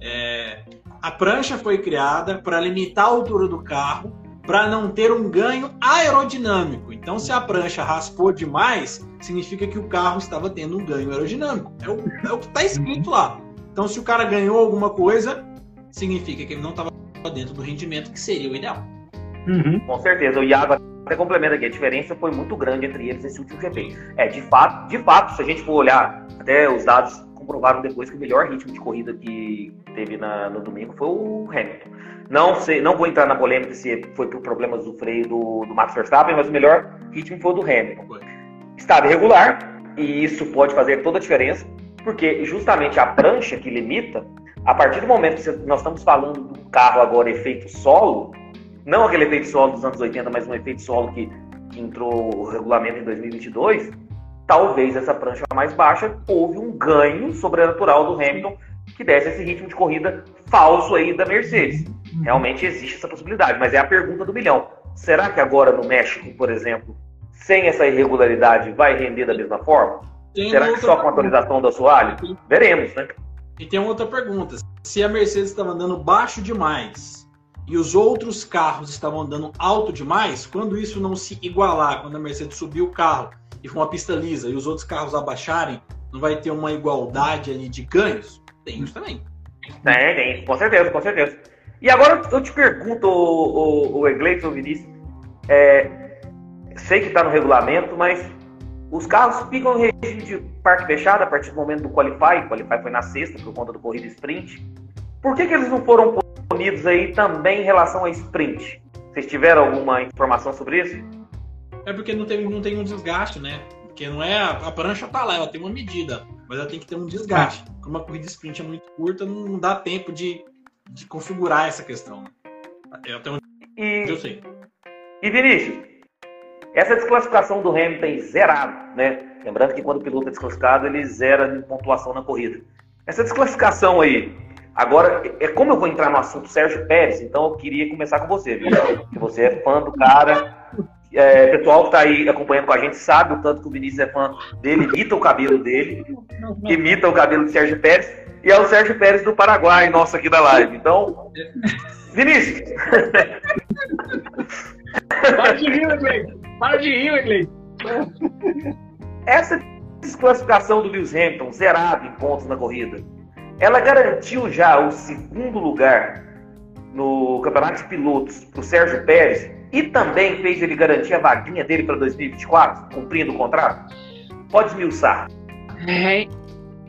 É, a prancha foi criada para limitar a altura do carro, para não ter um ganho aerodinâmico. Então, se a prancha raspou demais, significa que o carro estava tendo um ganho aerodinâmico. É o, é o que está escrito lá. Então, se o cara ganhou alguma coisa, significa que ele não estava dentro do rendimento que seria o ideal. Uhum. Com certeza. O Iago até complementa aqui. A diferença foi muito grande entre eles nesse último G P. É, de fato, de fato, se a gente for olhar, até os dados comprovaram depois que o melhor ritmo de corrida que teve na, no domingo foi o Hamilton. Não, sei, não vou entrar na polêmica se foi por problemas do freio do, do Max Verstappen, mas o melhor ritmo foi o do Hamilton. Estava irregular, e isso pode fazer toda a diferença, porque justamente a prancha que limita, a partir do momento que nós estamos falando do carro agora efeito solo, não aquele efeito solo dos anos oitenta, mas um efeito solo que, que entrou o regulamento em dois mil e vinte e dois, talvez essa prancha mais baixa, houve um ganho sobrenatural do Hamilton, que desse esse ritmo de corrida falso aí da Mercedes. Realmente existe essa possibilidade, mas é a pergunta do milhão. Será que agora no México, por exemplo, sem essa irregularidade, vai render da mesma forma? Tem Será que só com a atualização do assoalho? Veremos, né? E tem uma outra pergunta. Se a Mercedes estava andando baixo demais e os outros carros estavam andando alto demais, quando isso não se igualar, quando a Mercedes subir o carro e for uma pista lisa e os outros carros abaixarem, não vai ter uma igualdade ali de ganhos? Tem isso também. Tem, tem, com certeza, com certeza. E agora eu te pergunto, o, o, o Egleito, o Vinícius, é, sei que está no regulamento, mas os carros ficam em regime de parque fechado a partir do momento do Qualify. O Qualify foi na sexta por conta do corrida sprint. Por que, que eles não foram punidos aí também em relação a sprint? Vocês tiveram alguma informação sobre isso? É porque não tem, não tem um desgaste, né? Porque não é, a, a prancha tá lá, ela tem uma medida, mas ela tem que ter um desgaste. Como a corrida sprint é muito curta, não, não dá tempo de, de configurar essa questão. É até onde e, eu sei. E Vinícius, essa desclassificação do Hamilton zerado, né? Lembrando que quando o piloto é desclassificado, ele zera em pontuação na corrida. Essa desclassificação aí, agora, é como eu vou entrar no assunto Sérgio Pérez, então eu queria começar com você, viu? Que você é fã do cara. É, o pessoal que está aí acompanhando com a gente sabe o tanto que o Vinícius é fã dele, imita o cabelo dele, imita o cabelo de Sérgio Pérez, e é o Sérgio Pérez do Paraguai, nosso aqui da live. Então, Vinícius! Para de rir, Wesley! Para de rir, Wesley! Essa desclassificação do Lewis Hamilton, zerado em pontos na corrida, ela garantiu já o segundo lugar no Campeonato de Pilotos para o Sérgio Pérez e também fez ele garantir a vaguinha dele para dois mil e vinte e quatro, cumprindo o contrato? Pode esmiuçar. É,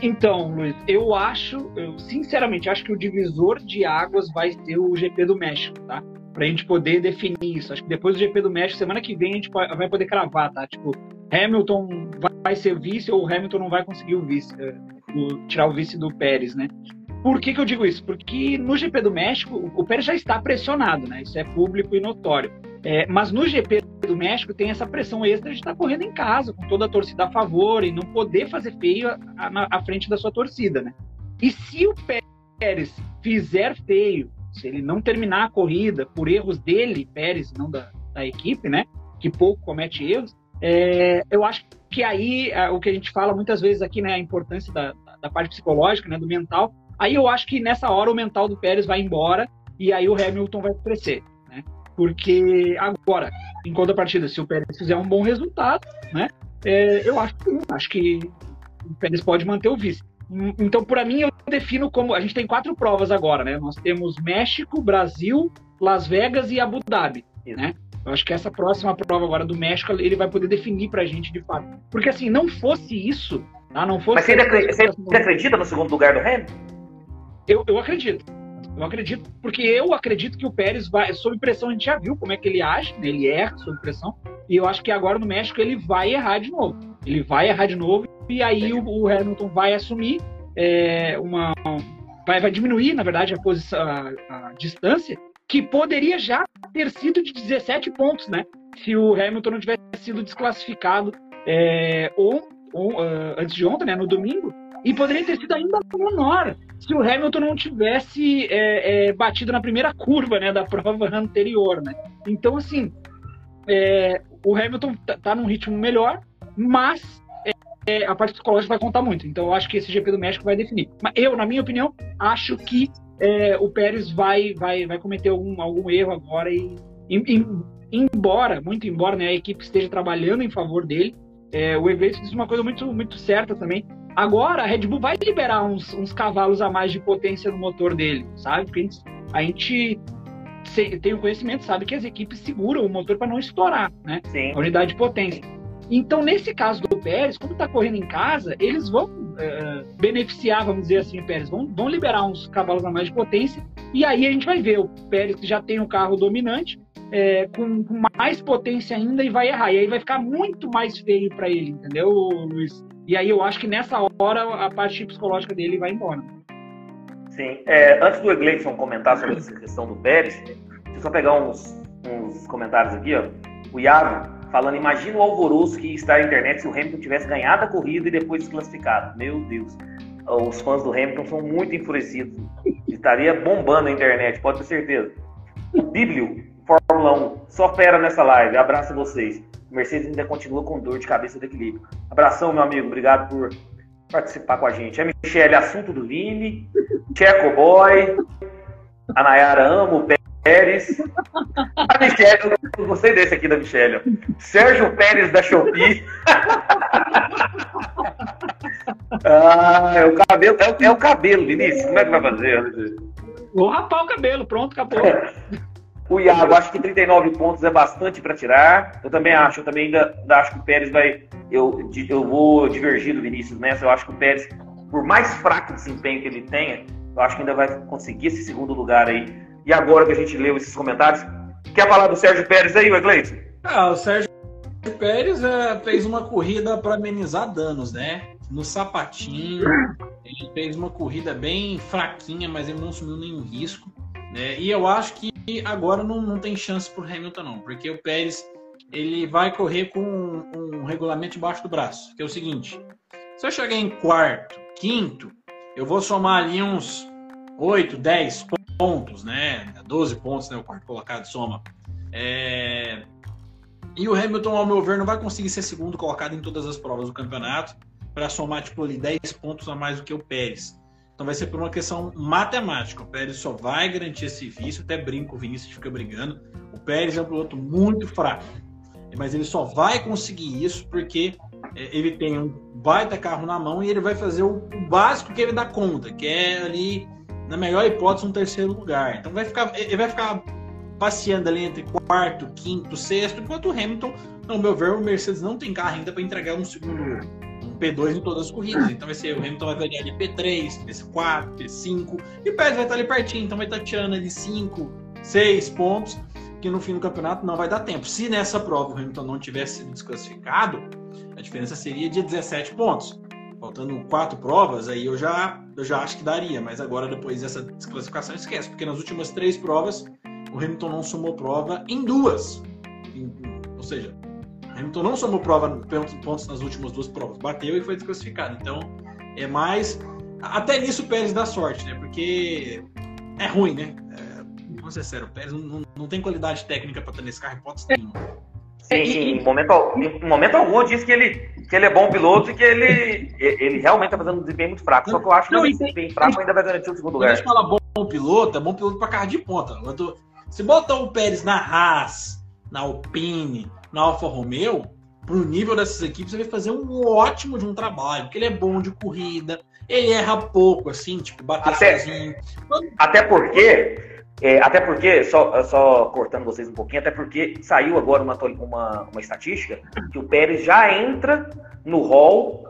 Então, Luiz, eu acho, eu sinceramente acho que o divisor de águas vai ser o G P do México, tá? Pra gente poder definir isso. Acho que depois do G P do México, semana que vem, a gente vai poder cravar, tá? Tipo, Hamilton vai ser vice ou Hamilton não vai conseguir o vice, o, tirar o vice do Pérez, né? Por que que eu digo isso? Porque no G P do México, o Pérez já está pressionado, né? Isso é público e notório. É, mas no G P do México tem essa pressão extra de estar correndo em casa, com toda a torcida a favor, e não poder fazer feio à frente da sua torcida, né? E se o Pérez fizer feio, se ele não terminar a corrida por erros dele, Pérez, não da, da equipe, né? Que pouco comete erros, é, eu acho que aí, é, o que a gente fala muitas vezes aqui, né? A importância da, da parte psicológica, né? Do mental. Aí eu acho que nessa hora o mental do Pérez vai embora e aí o Hamilton vai crescer, né? Porque agora, em contrapartida, se o Pérez fizer um bom resultado, né? É, eu acho que, acho que o Pérez pode manter o vice. Então, para mim, eu defino como... A gente tem quatro provas agora, né? Nós temos México, Brasil, Las Vegas e Abu Dhabi, né? Eu acho que essa próxima prova agora do México, ele vai poder definir pra gente, de fato. Porque, assim, não fosse isso, tá? Não fosse... Mas você ainda acredita, você acredita no segundo lugar do Hamilton? Eu, eu acredito. Eu acredito, porque eu acredito que o Pérez vai, sob pressão, a gente já viu como é que ele age, né? Ele erra sob pressão, e eu acho que agora no México ele vai errar de novo. Ele vai errar de novo, e aí o, o Hamilton vai assumir é, uma... Vai, vai diminuir, na verdade, a, posição, a, a distância, que poderia já ter sido de dezessete pontos, né? Se o Hamilton não tivesse sido desclassificado é, ou, ou, uh, antes de ontem, né? No domingo, e poderia ter sido ainda menor se o Hamilton não tivesse é, é, batido na primeira curva, né, da prova anterior, né? Então, assim, é, o Hamilton tá, tá num ritmo melhor, mas é, é, a parte psicológica vai contar muito. Então, eu acho que esse G P do México vai definir. Mas eu, na minha opinião, acho que é, o Pérez vai, vai, vai cometer algum, algum erro agora e, e, embora, muito embora, né, a equipe esteja trabalhando em favor dele, é, o Egleito disse uma coisa muito, muito certa também. Agora a Red Bull vai liberar uns, uns cavalos a mais de potência no motor dele, sabe? Porque a gente, a gente tem o conhecimento, sabe que as equipes seguram o motor para não estourar, né? Sim. A unidade de potência. Então, nesse caso do Pérez, como está correndo em casa, eles vão uh, beneficiar, vamos dizer assim, o Pérez. Vão, vão liberar uns cavalos a mais de potência e aí a gente vai ver o Pérez que já tem um carro dominante, é, com, com mais potência ainda e vai errar. E aí vai ficar muito mais feio para ele, entendeu, Luiz? E aí eu acho que nessa hora a parte psicológica dele vai embora. Sim. É, antes do Egleison comentar sobre essa questão do Pérez, deixa eu só pegar uns, uns comentários aqui, ó. O Iago falando, imagina o alvoroço que está na internet se o Hamilton tivesse ganhado a corrida e depois desclassificado. Meu Deus. Os fãs do Hamilton são muito enfurecidos. Estaria bombando a internet, pode ter certeza. O Bíblio, Fórmula um, só fera nessa live. Abraço a vocês. O Mercedes ainda continua com dor de cabeça do equilíbrio. Abração, meu amigo. Obrigado por participar com a gente. A Michelle, assunto do Vini. Checo Boy. A Nayara ama o Pérez. A Michelle, eu gostei desse aqui da Michelle. Sérgio Pérez da Shopee. Ah, é o cabelo, é o, é o cabelo, Vinícius. Como é que vai fazer? Vou rapar o cabelo, pronto, acabou. O Iago, acho que trinta e nove pontos é bastante para tirar. Eu também acho, eu também ainda, ainda acho que o Pérez vai. Eu, eu vou divergir do Vinícius nessa. Eu acho que o Pérez, por mais fraco desempenho que ele tenha, eu acho que ainda vai conseguir esse segundo lugar aí. E agora que a gente leu esses comentários, quer falar do Sérgio Pérez aí, Egleison? Ah, o Sérgio Pérez é, fez uma corrida para amenizar danos, né? No sapatinho, ele fez uma corrida bem fraquinha, mas ele não assumiu nenhum risco, né? E eu acho que agora não, não tem chance pro Hamilton não, porque o Pérez ele vai correr com um, um regulamento debaixo do braço, que é o seguinte: se eu chegar em quarto, quinto, eu vou somar ali uns oito, dez pontos, né? doze pontos, né? O quarto colocado soma. É... E o Hamilton, ao meu ver, não vai conseguir ser segundo colocado em todas as provas do campeonato para somar, tipo, ali dez pontos a mais do que o Pérez. Então vai ser por uma questão matemática. O Pérez só vai garantir esse vice. Eu até brinco, o Vinícius fica brigando. O Pérez é um piloto muito fraco, mas ele só vai conseguir isso porque ele tem um baita carro na mão e ele vai fazer o básico que ele dá conta, que é ali, na melhor hipótese, um terceiro lugar. Então vai ficar, ele vai ficar passeando ali entre quarto, quinto, sexto, enquanto o Hamilton, no meu ver, o Mercedes não tem carro ainda para entregar um segundo, P dois em todas as corridas. Então vai ser, o Hamilton vai pegar ali P três, P quatro, P cinco, e o Pérez vai estar ali pertinho, então vai estar tirando ali cinco, seis pontos, que no fim do campeonato não vai dar tempo. Se nessa prova o Hamilton não tivesse sido desclassificado, a diferença seria de dezessete pontos. Faltando quatro provas, aí eu já, eu já acho que daria, mas agora depois dessa desclassificação esquece, porque nas últimas três provas o Hamilton não somou prova em duas. Em, ou seja, o Hamilton não somou prova, pontos nas últimas duas provas, bateu e foi desclassificado. Então é mais... Até nisso o Pérez dá sorte, né? Porque é ruim, né? É, vamos ser sério, o Pérez não, não, não tem qualidade técnica para estar nesse carro, hipótese nenhuma. Sim, sim, em momento, em momento algum eu disse que ele, que ele é bom piloto e que ele, ele realmente está fazendo um desempenho muito fraco. Só que eu acho que esse desempenho fraco ainda vai garantir o segundo lugar. Quando a gente fala bom, bom piloto, é bom piloto para carro de ponta. Se bota o Pérez na Haas, na Alpine, na Alfa Romeo, pro nível dessas equipes, ele vai fazer um ótimo de um trabalho, porque ele é bom de corrida, ele erra pouco, assim, tipo, bater até, sozinho. Até porque... É, até porque, só, só cortando vocês um pouquinho, até porque saiu agora uma, uma, uma estatística que o Pérez já entra no hall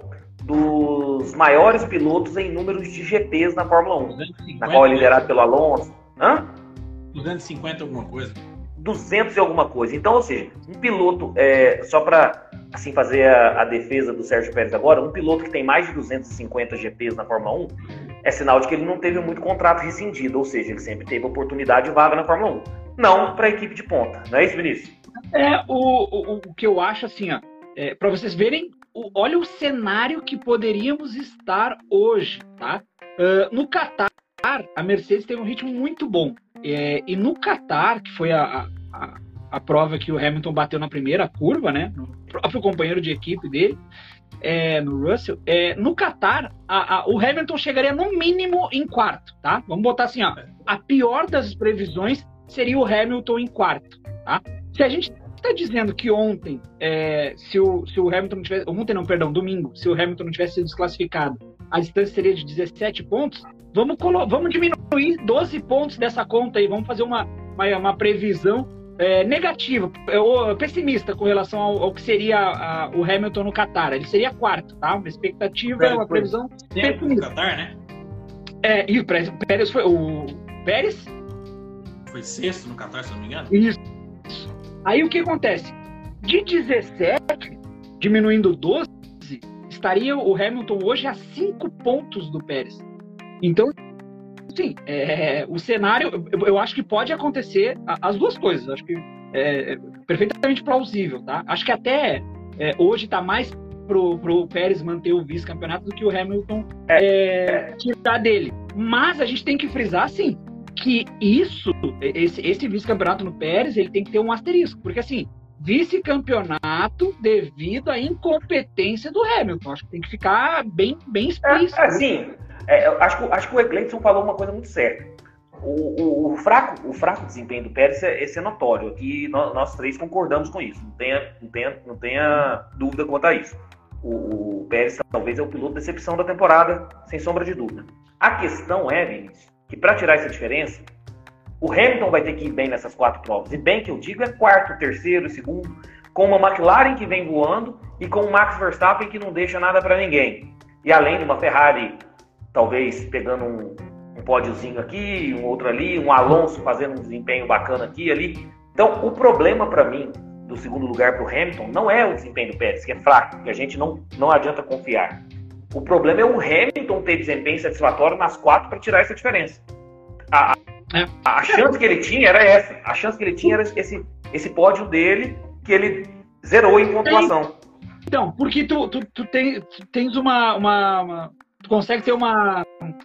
dos maiores pilotos em números de G Ps na Fórmula um, duzentos e cinquenta, na qual é liderado pelo Alonso. Hã? duzentos e cinquenta alguma coisa. duzentos e alguma coisa. Então, ou seja, um piloto, é, só para assim, fazer a, a defesa do Sérgio Pérez agora, um piloto que tem mais de duzentos e cinquenta G Ps na Fórmula um, é sinal de que ele não teve muito contrato rescindido, ou seja, ele sempre teve oportunidade de vaga na Fórmula um. Não para a equipe de ponta. Não é isso, Vinícius? É, o, o, o que eu acho, assim, ó, é, para vocês verem, o, olha o cenário que poderíamos estar hoje, tá? Uh, no Qatar, a Mercedes teve um ritmo muito bom. É, e no Qatar, que foi a, a, a prova que o Hamilton bateu na primeira curva, né? No próprio companheiro de equipe dele, É, no Russell, é, no Qatar, a, a, o Hamilton chegaria no mínimo em quarto, tá? Vamos botar assim, ó, a pior das previsões seria o Hamilton em quarto, tá? Se a gente está dizendo que ontem, é, se, o, se o Hamilton não tivesse, ontem não, perdão, domingo, se o Hamilton não tivesse sido desclassificado, a distância seria de dezessete pontos, vamos, colo- vamos diminuir doze pontos dessa conta aí, vamos fazer uma, uma, uma previsão É, negativo, é, pessimista com relação ao, ao que seria a, o Hamilton no Qatar. Ele seria quarto, tá? Uma expectativa, é, uma previsão pessimista. No Qatar, né? É, e o Pérez foi... O Pérez? Foi sexto no Qatar, se não me engano. Isso. Aí o que acontece? De dezessete, diminuindo doze, estaria o Hamilton hoje a cinco pontos do Pérez. Então, sim, é, o cenário, eu, eu acho que pode acontecer as duas coisas. Acho que é, é perfeitamente plausível, tá? Acho que até é, hoje está mais pro, pro Pérez manter o vice-campeonato do que o Hamilton é, tirar dele. Mas a gente tem que frisar, assim, que isso, esse, esse vice-campeonato no Pérez, ele tem que ter um asterisco, porque assim, vice-campeonato devido à incompetência do Hamilton. Acho que tem que ficar bem, bem explícito. É, assim, é, acho, que, acho que o Egleidson falou uma coisa muito certa. O, o, o, fraco, o fraco desempenho do Pérez é, é notório. Aqui nós, nós três concordamos com isso. Não tenha, não tenha, não tenha dúvida quanto a isso. O, o Pérez talvez é o piloto de decepção da temporada, sem sombra de dúvida. A questão é, Vinícius, que para tirar essa diferença, o Hamilton vai ter que ir bem nessas quatro provas. E bem que eu digo é quarto, terceiro, segundo, com uma McLaren que vem voando e com o Max Verstappen que não deixa nada para ninguém. E além de uma Ferrari, talvez pegando um, um pódiozinho aqui, um outro ali, um Alonso fazendo um desempenho bacana aqui e ali. Então, o problema para mim do segundo lugar para o Hamilton não é o desempenho do Pérez, que é fraco, que a gente não, não adianta confiar. O problema é o Hamilton ter desempenho satisfatório nas quatro para tirar essa diferença. A, É. A chance que ele tinha era essa. A chance que ele tinha era esse, esse pódio dele que ele zerou em pontuação. Então, porque tu, tu, tu, tem, tu tens uma, uma, uma... Tu consegue ter uma...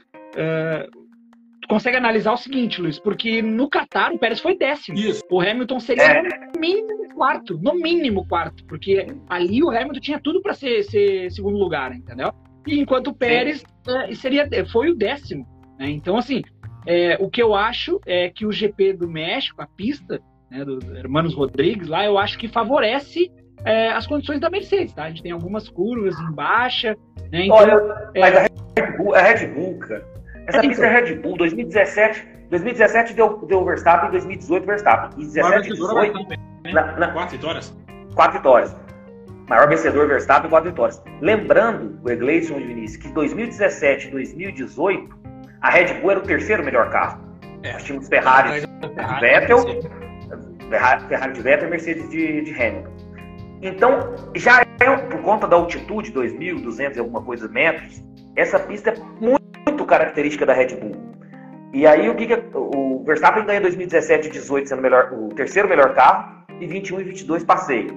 Uh, tu consegue analisar o seguinte, Luiz, porque no Qatar o Pérez foi décimo. Isso. O Hamilton seria É. no mínimo quarto. No mínimo quarto. Porque ali o Hamilton tinha tudo para ser, ser segundo lugar, entendeu? E enquanto o Pérez uh, seria, foi o décimo. Né? Então, assim... É, o que eu acho é que o G P do México, a pista, né, do Hermanos Rodrigues lá, eu acho que favorece é, as condições da Mercedes, tá? A gente tem algumas curvas em baixa, né? Então, Olha, é, mas a Red Bull, a Red Bull, cara. Essa É, pista é Red Bull. dois mil e dezessete, dois mil e dezessete deu, deu Verstappen, dois mil e dezoito Verstappen. E Maior dezessete e vencedora dezoito, vai também, né? na, na, Quatro vitórias. quatro vitórias. Maior vencedor Verstappen, quatro vitórias. Lembrando, o Egleison e o Vinícius, que dois mil e dezessete e dois mil e dezoito, a Red Bull era o terceiro melhor carro. É. Nós tínhamos Ferrari de Vettel, Ferrari de Vettel e Mercedes de, de Hamilton. Então, já é, por conta da altitude, dois mil e duzentos e alguma coisa metros, essa pista é muito, muito característica da Red Bull. E aí, o que, que é, o Verstappen ganha dois mil e dezessete e dezoito sendo melhor, o terceiro melhor carro, e vinte e um e vinte e dois passeio.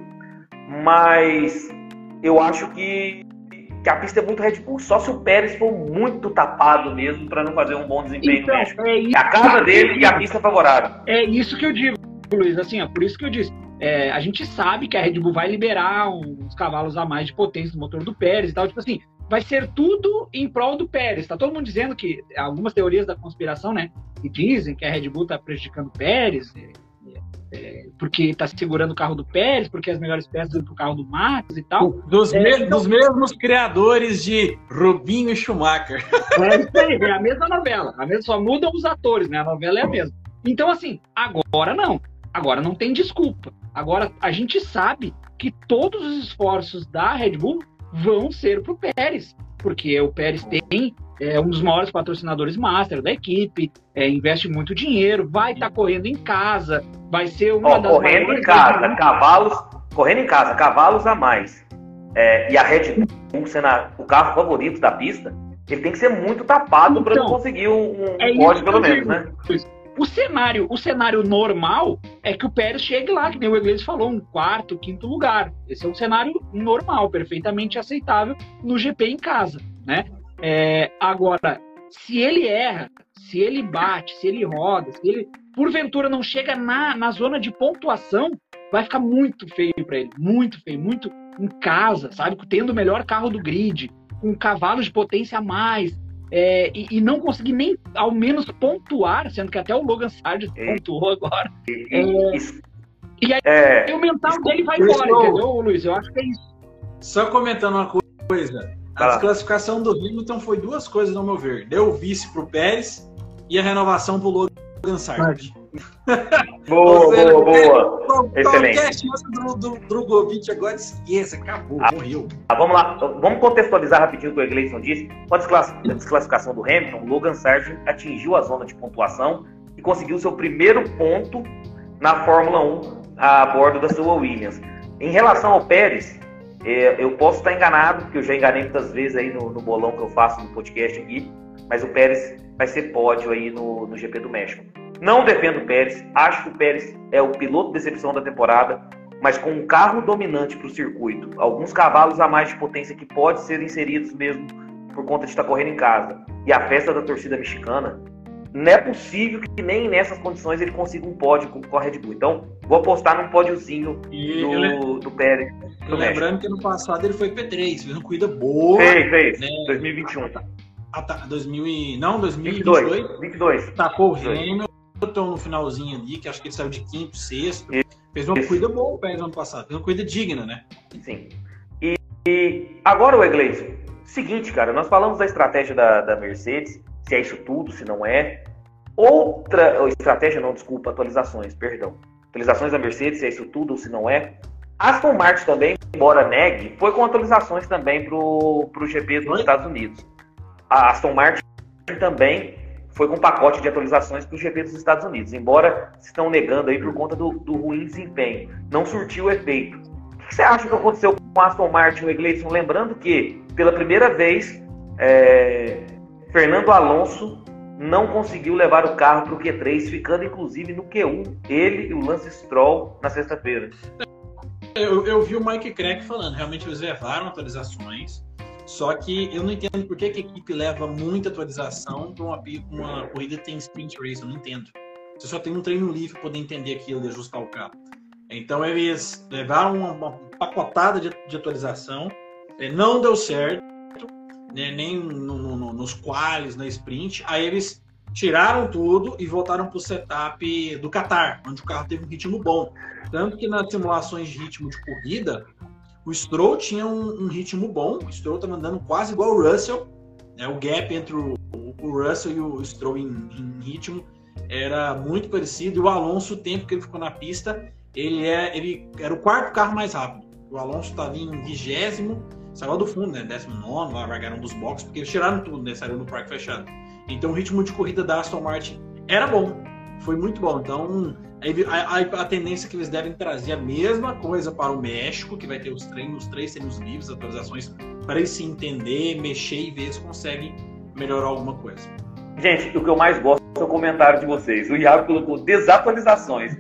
Mas eu acho que, que a pista é muito Red Bull, só se o Pérez for muito tapado mesmo para não fazer um bom desempenho então, no México. É, isso, é a casa dele e a pista é favorável. É isso que eu digo, Luiz, assim, ó, por isso que eu disse. É, a gente sabe que a Red Bull vai liberar uns cavalos a mais de potência do motor do Pérez e tal, tipo assim, vai ser tudo em prol do Pérez. Tá todo mundo dizendo que algumas teorias da conspiração, né, que dizem que a Red Bull tá prejudicando o Pérez, é, é, porque tá segurando o carro do Pérez, porque as melhores peças vão pro carro do Max e tal. Dos, é, me então, dos mesmos criadores de Rubinho e Schumacher. É isso aí, é a mesma novela, a mesma, só mudam os atores, né, a novela é a mesma. Então, assim, agora não. Agora não tem desculpa. Agora a gente sabe que todos os esforços da Red Bull vão ser pro Pérez, porque o Pérez tem é, um dos maiores patrocinadores master da equipe, é, investe muito dinheiro, vai estar tá correndo em casa, vai ser uma oh, das correndo em casa, cavalos, correndo em casa, cavalos a mais. É, e a Red Bull sendo a, o carro favorito da pista, ele tem que ser muito tapado então, para não conseguir um, um é pódio pelo menos, né? O cenário, o cenário normal é que o Pérez chegue lá, que nem o Iglesias falou, um quarto, quinto lugar. Esse é um cenário normal, perfeitamente aceitável no G P em casa, né? É, agora, se ele erra, se ele bate, se ele roda, se ele porventura não chega na, na zona de pontuação, vai ficar muito feio para ele, muito feio, muito em casa, sabe? Tendo o melhor carro do grid, com cavalos de potência a mais. É, e, e não conseguir nem ao menos pontuar, sendo que até o Logan Sargent é. pontuou agora. É, e aí é, o mental isso, dele vai embora, eu... entendeu, Luiz? Eu acho que é isso. Só comentando uma coisa, a desclassificação do Hamilton foi duas coisas, no meu ver. Deu o vice pro Pérez e a renovação pro Logan Sargent. Boa, seja, boa, boa. Excelente. Qualquer chance do, do Drogovic agora esqueça, acabou, ah, morreu. Ah, vamos lá, vamos contextualizar rapidinho o que o Egleison disse. Com a desclassificação do Hamilton, o Logan Sargent atingiu a zona de pontuação e conseguiu seu primeiro ponto na Fórmula um a bordo da sua Williams. Em relação ao Pérez, é, eu posso estar enganado, porque eu já enganei muitas vezes aí no, no bolão que eu faço no podcast aqui, mas o Pérez vai ser pódio aí no, no G P do México. Não defendo o Pérez, acho que o Pérez é o piloto de decepção da temporada, mas com um carro dominante para o circuito, alguns cavalos a mais de potência que pode ser inseridos mesmo por conta de estar correndo em casa, e a festa da torcida mexicana, não é possível que nem nessas condições ele consiga um pódio com a Red Bull. Então, vou apostar num pódiozinho do, ele... do Pérez. Do lembrando México. Que ano passado ele foi P três, fez uma corrida boa. Fez, fez, né? dois mil e vinte e um. Ah, tá, dois mil e... Não, dois mil e vinte e dois. vinte e dois. Tacou o Hamilton no finalzinho ali, que acho que ele saiu de quinto, sexto. Isso. Fez uma corrida boa o Pérez no ano passado. Fez uma corrida digna, né? Sim. E, e agora o Egleison. Seguinte, cara, nós falamos da estratégia da, da Mercedes, se é isso tudo, se não é. Outra... Estratégia não, desculpa, atualizações, perdão. Atualizações da Mercedes, se é isso tudo ou se não é. Aston Martin também, embora negue, foi com atualizações também pro, pro G P dos Estados Unidos. A Aston Martin também foi com um pacote de atualizações para o G P dos Estados Unidos, embora estão negando aí por conta do, do ruim desempenho. Não surtiu efeito. O que você acha que aconteceu com a Aston Martin e o Egleison? Lembrando que, pela primeira vez, é, Fernando Alonso não conseguiu levar o carro para o Q três, ficando inclusive no Q um, ele e o Lance Stroll na sexta-feira. Eu, eu vi o Mike Crack falando, realmente eles levaram atualizações, só que eu não entendo por que, que a equipe leva muita atualização para uma, uma corrida que tem sprint race, eu não entendo. Você só tem um treino livre para poder entender aquilo e ajustar o carro. Então eles levaram uma, uma pacotada de, de atualização, não deu certo, né, nem no, no, nos qualis, na sprint, aí eles tiraram tudo e voltaram para o setup do Qatar, onde o carro teve um ritmo bom. Tanto que nas simulações de ritmo de corrida, o Stroll tinha um, um ritmo bom, o Stroll estava andando quase igual o Russell, né, o gap entre o, o Russell e o Stroll em, em ritmo era muito parecido, e o Alonso, o tempo que ele ficou na pista, ele, é, ele era o quarto carro mais rápido. O Alonso estava em vigésimo, saiu do fundo, né? décimo nono, lá largaram dos boxes, porque eles tiraram tudo, né? Saíram no parque fechado. Então o ritmo de corrida da Aston Martin era bom, foi muito bom. Então a, a, a tendência que eles devem trazer a mesma coisa para o México, que vai ter os treinos, os três treinos livres, atualizações, para eles se entender, mexer e ver se conseguem melhorar alguma coisa. Gente, o que eu mais gosto é o comentário de vocês. O Iago colocou desatualizações.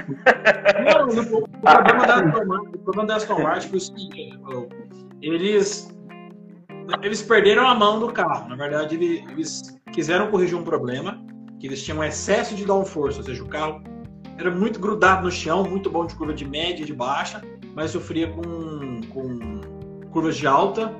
Não, o, problema da Aston Martin, o problema da Aston Martin foi o seguinte, eles, eles perderam a mão do carro. Na verdade, eles, eles quiseram corrigir um problema, que eles tinham excesso de downforce, ou seja, o carro era muito grudado no chão, muito bom de curva de média e de baixa, mas sofria com, com curvas de alta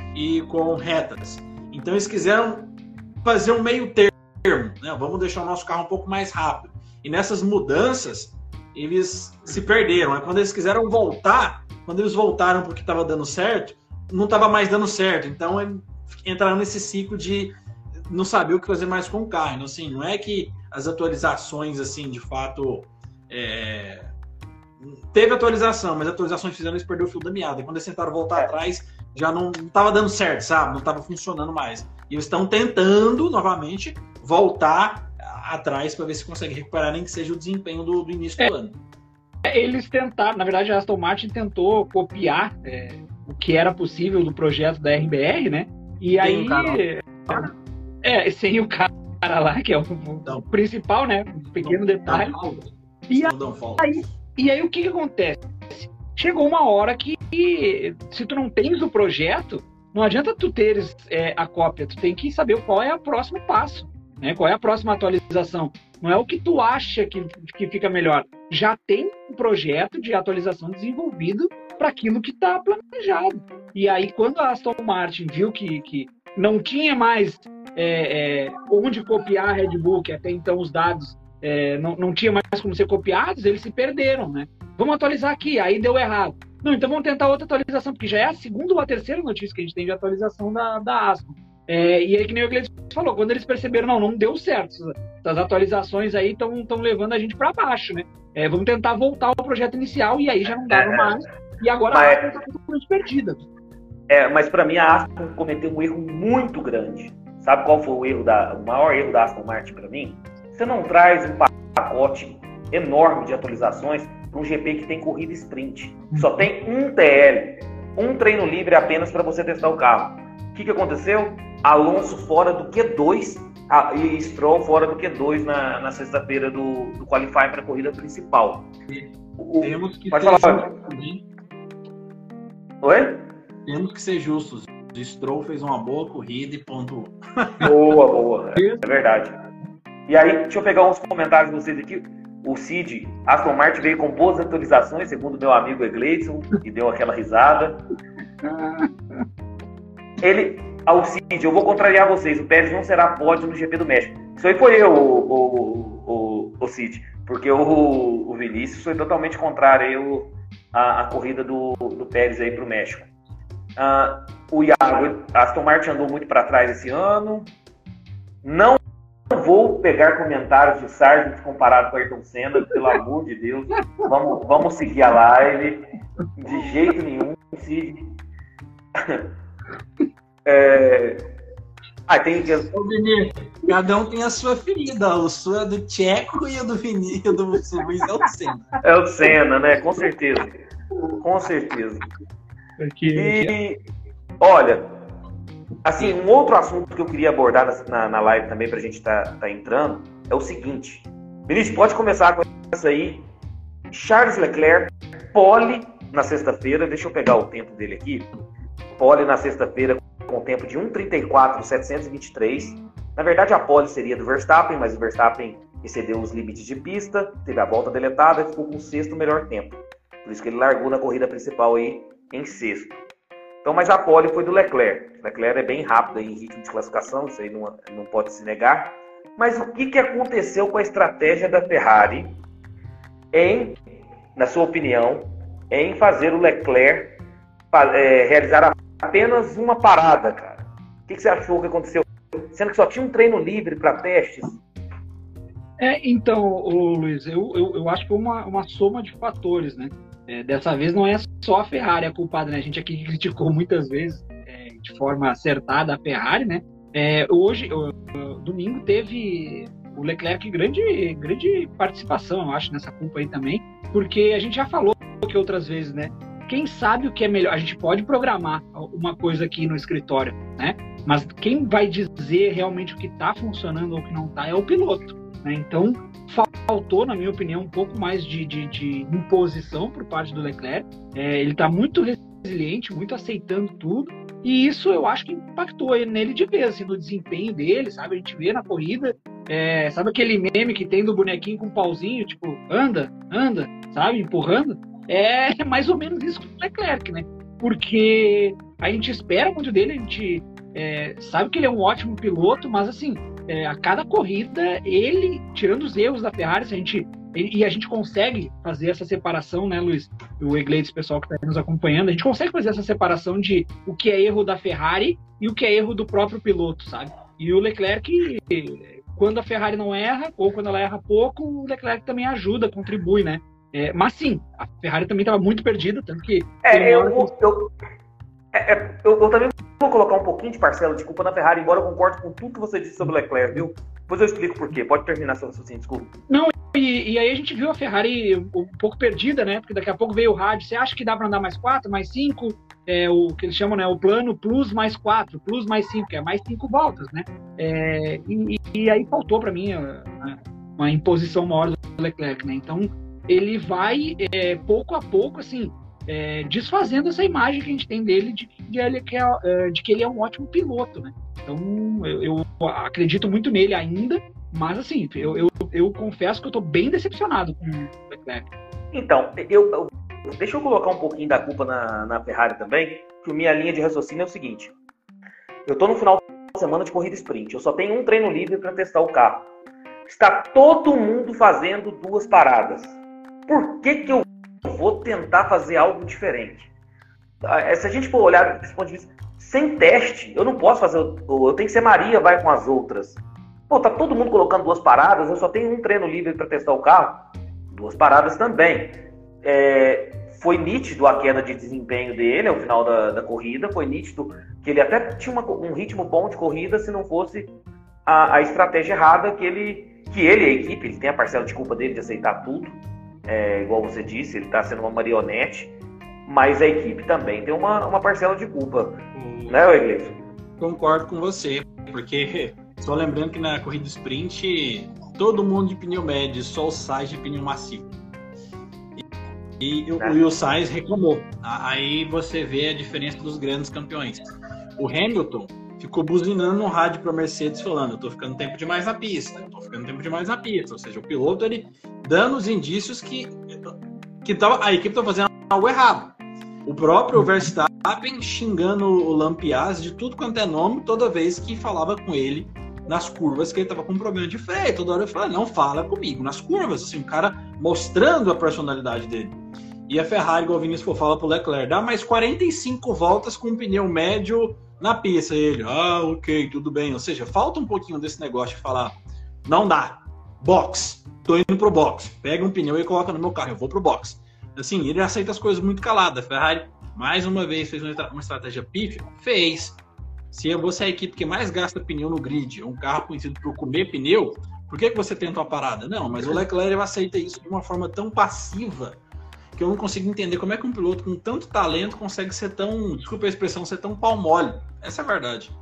e com retas. Então eles quiseram fazer um meio termo, né? Vamos deixar o nosso carro um pouco mais rápido. E nessas mudanças, eles se perderam. Quando eles quiseram voltar, quando eles voltaram porque estava dando certo, não estava mais dando certo. Então entraram nesse ciclo de não saber o que fazer mais com o carro. Então, assim, não é que as atualizações, assim, de fato, é... teve atualização, mas as atualizações fizeram eles perder o fio da meada. E quando eles tentaram voltar é. atrás, já não estava dando certo, sabe? Não estava funcionando mais. E eles estão tentando, novamente, voltar atrás para ver se consegue recuperar, nem que seja o desempenho do, do início do é. ano. Eles tentaram, na verdade, a Aston Martin tentou copiar é, o que era possível do projeto da R B R, né? E Tem aí... Um É, sem o cara lá, que é o, o principal, né? Um pequeno detalhe. E aí, e aí o que, que acontece? Chegou uma hora que, se tu não tens o projeto, não adianta tu teres é, a cópia, tu tem que saber qual é o próximo passo, né? Qual é a próxima atualização. Não é o que tu acha que, que fica melhor. Já tem um projeto de atualização desenvolvido para aquilo que está planejado. E aí, quando a Aston Martin viu que, que não tinha mais É, é, onde copiar a Red Bull, que até então os dados é, não, não tinha mais como ser copiados, eles se perderam, né? Vamos atualizar aqui, aí deu errado. Não, então vamos tentar outra atualização, porque já é a segunda ou a terceira notícia que a gente tem de atualização da, da Aston. É, e aí, que nem o Gleice falou, quando eles perceberam, não, não deu certo, essas atualizações aí estão levando a gente para baixo, né? É, vamos tentar voltar ao projeto inicial, e aí já não dava mais, e agora mas, a Aston está completamente perdida. É, mas para mim a Aston cometeu um erro muito grande. Sabe qual foi o erro da, o maior erro da Aston Martin para mim? Você não traz um pacote enorme de atualizações para um G P que tem corrida sprint. Só tem um T L, um treino livre apenas para você testar o carro. O que, que aconteceu? Alonso fora do Q dois ah, e Stroll fora do Q dois na, na sexta-feira do, do qualifying para a corrida principal. O, Temos que pode ser falar. Oi? Temos que ser justos. O Stroll fez uma boa corrida e pontuou. Boa, boa. É verdade. E aí, deixa eu pegar uns comentários de vocês aqui. O Cid, Aston Martin veio com boas atualizações, segundo meu amigo Egleison, que deu aquela risada. Ele, ao Cid, eu vou contrariar vocês. O Pérez não será pódio no G P do México. Isso aí foi eu, o, o, o, o Cid. Porque o, o Vinícius foi totalmente contrário à, à corrida do, do Pérez aí para o México. Uh, o Iago, a Aston Martin andou muito para trás esse ano. Não vou pegar comentários de Sargent comparado com Ayrton Senna, pelo amor de Deus. Vamos, vamos seguir a live. De jeito nenhum. Cid. é... ah, tem que... Ô, Vinícius, cada um tem a sua ferida. O sua é do Tcheco e o do Vinícius do Luiz é o Senna. É o Senna, né? Com certeza. Com certeza. E, olha, assim, um outro assunto que eu queria abordar na, na live também, pra gente estar tá, tá entrando, é o seguinte. Vinícius, pode começar com isso aí. Charles Leclerc, pole na sexta-feira, deixa eu pegar o tempo dele aqui. Pole na sexta-feira com tempo de um trinta e quatro setecentos e vinte e três. Na verdade, a pole seria do Verstappen, mas o Verstappen excedeu os limites de pista, teve a volta deletada e ficou com o sexto melhor tempo. Por isso que ele largou na corrida principal aí em sexto. Então, mas a pole foi do Leclerc. Leclerc é bem rápido aí em ritmo de classificação, isso aí não, não pode se negar. Mas o que, que aconteceu com a estratégia da Ferrari em, na sua opinião, em fazer o Leclerc é, realizar apenas uma parada, cara? O que, que você achou que aconteceu? Sendo que só tinha um treino livre para testes. É, então, ô, Luiz, eu, eu, eu acho que foi uma, uma soma de fatores, né? É, dessa vez não é só a Ferrari a culpada, né? A gente aqui criticou muitas vezes, é, de forma acertada, a Ferrari, né? É, hoje, o, o, domingo, teve o Leclerc grande, grande participação, eu acho, nessa culpa aí também, porque a gente já falou que outras vezes, né? Quem sabe o que é melhor? A gente pode programar uma coisa aqui no escritório, né? Mas quem vai dizer realmente o que está funcionando ou o que não está é o piloto, né? Então, faltou, na minha opinião, um pouco mais de, de, de imposição por parte do Leclerc. É, ele está muito resiliente, muito aceitando tudo, e isso eu acho que impactou nele de vez, assim, no desempenho dele, sabe? A gente vê na corrida, é, sabe aquele meme que tem do bonequinho com um pauzinho, tipo, anda, anda, sabe? Empurrando. É mais ou menos isso com o Leclerc, né? Porque a gente espera muito dele, a gente é, sabe que ele é um ótimo piloto, mas assim, é, a cada corrida, ele, tirando os erros da Ferrari, a gente, e a gente consegue fazer essa separação, né, Luiz? O Egleides, pessoal que está nos acompanhando, a gente consegue fazer essa separação de o que é erro da Ferrari e o que é erro do próprio piloto, sabe? E o Leclerc, quando a Ferrari não erra, ou quando ela erra pouco, o Leclerc também ajuda, contribui, né? É, mas sim, a Ferrari também estava muito perdida, tanto que... É, eu, eu, eu, é, eu, eu também vou colocar um pouquinho de parcela de culpa na Ferrari, embora eu concorde com tudo que você disse sobre o Leclerc, viu? Depois eu explico por quê. Pode terminar seu raciocínio, desculpa. Não, e, e aí a gente viu a Ferrari um, um pouco perdida, né? Porque daqui a pouco veio o rádio, você acha que dá para andar mais quatro, mais cinco? É, o que eles chamam, né? O plano plus mais quatro, plus mais cinco, que é mais cinco voltas, né? É, e, e aí faltou para mim a, a, uma imposição maior do Leclerc, né? Então, ele vai, é, pouco a pouco, assim, é, desfazendo essa imagem que a gente tem dele de, de, de, que, é, de que ele é um ótimo piloto, né? Então, eu, eu acredito muito nele ainda, mas, assim, eu, eu, eu confesso que eu tô bem decepcionado com o Leclerc. Então, eu, eu, deixa eu colocar um pouquinho da culpa na, na Ferrari também, que a minha linha de raciocínio é o seguinte. Eu tô no final de semana de corrida sprint, eu só tenho um treino livre para testar o carro. Está todo mundo fazendo duas paradas. Por que que eu vou tentar fazer algo diferente? Se a gente for olhar desse ponto de vista, sem teste, eu não posso fazer, eu tenho que ser Maria, vai com as outras. Pô, tá todo mundo colocando duas paradas, eu só tenho um treino livre para testar o carro, duas paradas também. É, foi nítido a queda de desempenho dele ao final da, da corrida, foi nítido que ele até tinha uma, um ritmo bom de corrida se não fosse a, a estratégia errada que ele, que ele e a equipe, ele tem a parcela de culpa dele de aceitar tudo. É, igual você disse, ele está sendo uma marionete, mas a equipe também tem uma, uma parcela de culpa, hum, né, Egleides? Concordo com você, porque só lembrando que na corrida sprint todo mundo de pneu médio, só o Sainz de pneu macio. E, e, né? o, e o Sainz reclamou. Aí você vê a diferença dos grandes campeões. O Hamilton ficou buzinando no rádio para a Mercedes falando, eu tô ficando tempo demais na pista, eu tô ficando tempo demais na pista. Ou seja, o piloto, ele dando os indícios que, que tava, a equipe estava fazendo algo errado. O próprio Verstappen xingando o Lampiaz de tudo quanto é nome, toda vez que falava com ele nas curvas, que ele estava com um problema de freio. Toda hora eu falava, não, fala comigo nas curvas. Assim, o cara mostrando a personalidade dele. E a Ferrari, igual o Vinícius for, fala pro Leclerc, dá mais quarenta e cinco voltas com um pneu médio na pista. Ele, ah, ok, tudo bem. Ou seja, falta um pouquinho desse negócio de falar, não dá, box, tô indo pro box, pega um pneu e coloca no meu carro, eu vou pro box. Assim, ele aceita as coisas muito calado. A Ferrari, mais uma vez, fez uma estratégia pífia? Fez. Se você é a equipe que mais gasta pneu no grid, um carro conhecido por comer pneu, por que, que você tenta uma parada? Não, mas o Leclerc aceita isso de uma forma tão passiva que eu não consigo entender como é que um piloto com tanto talento consegue ser tão, desculpa a expressão, ser tão pau mole. Essa é a verdade.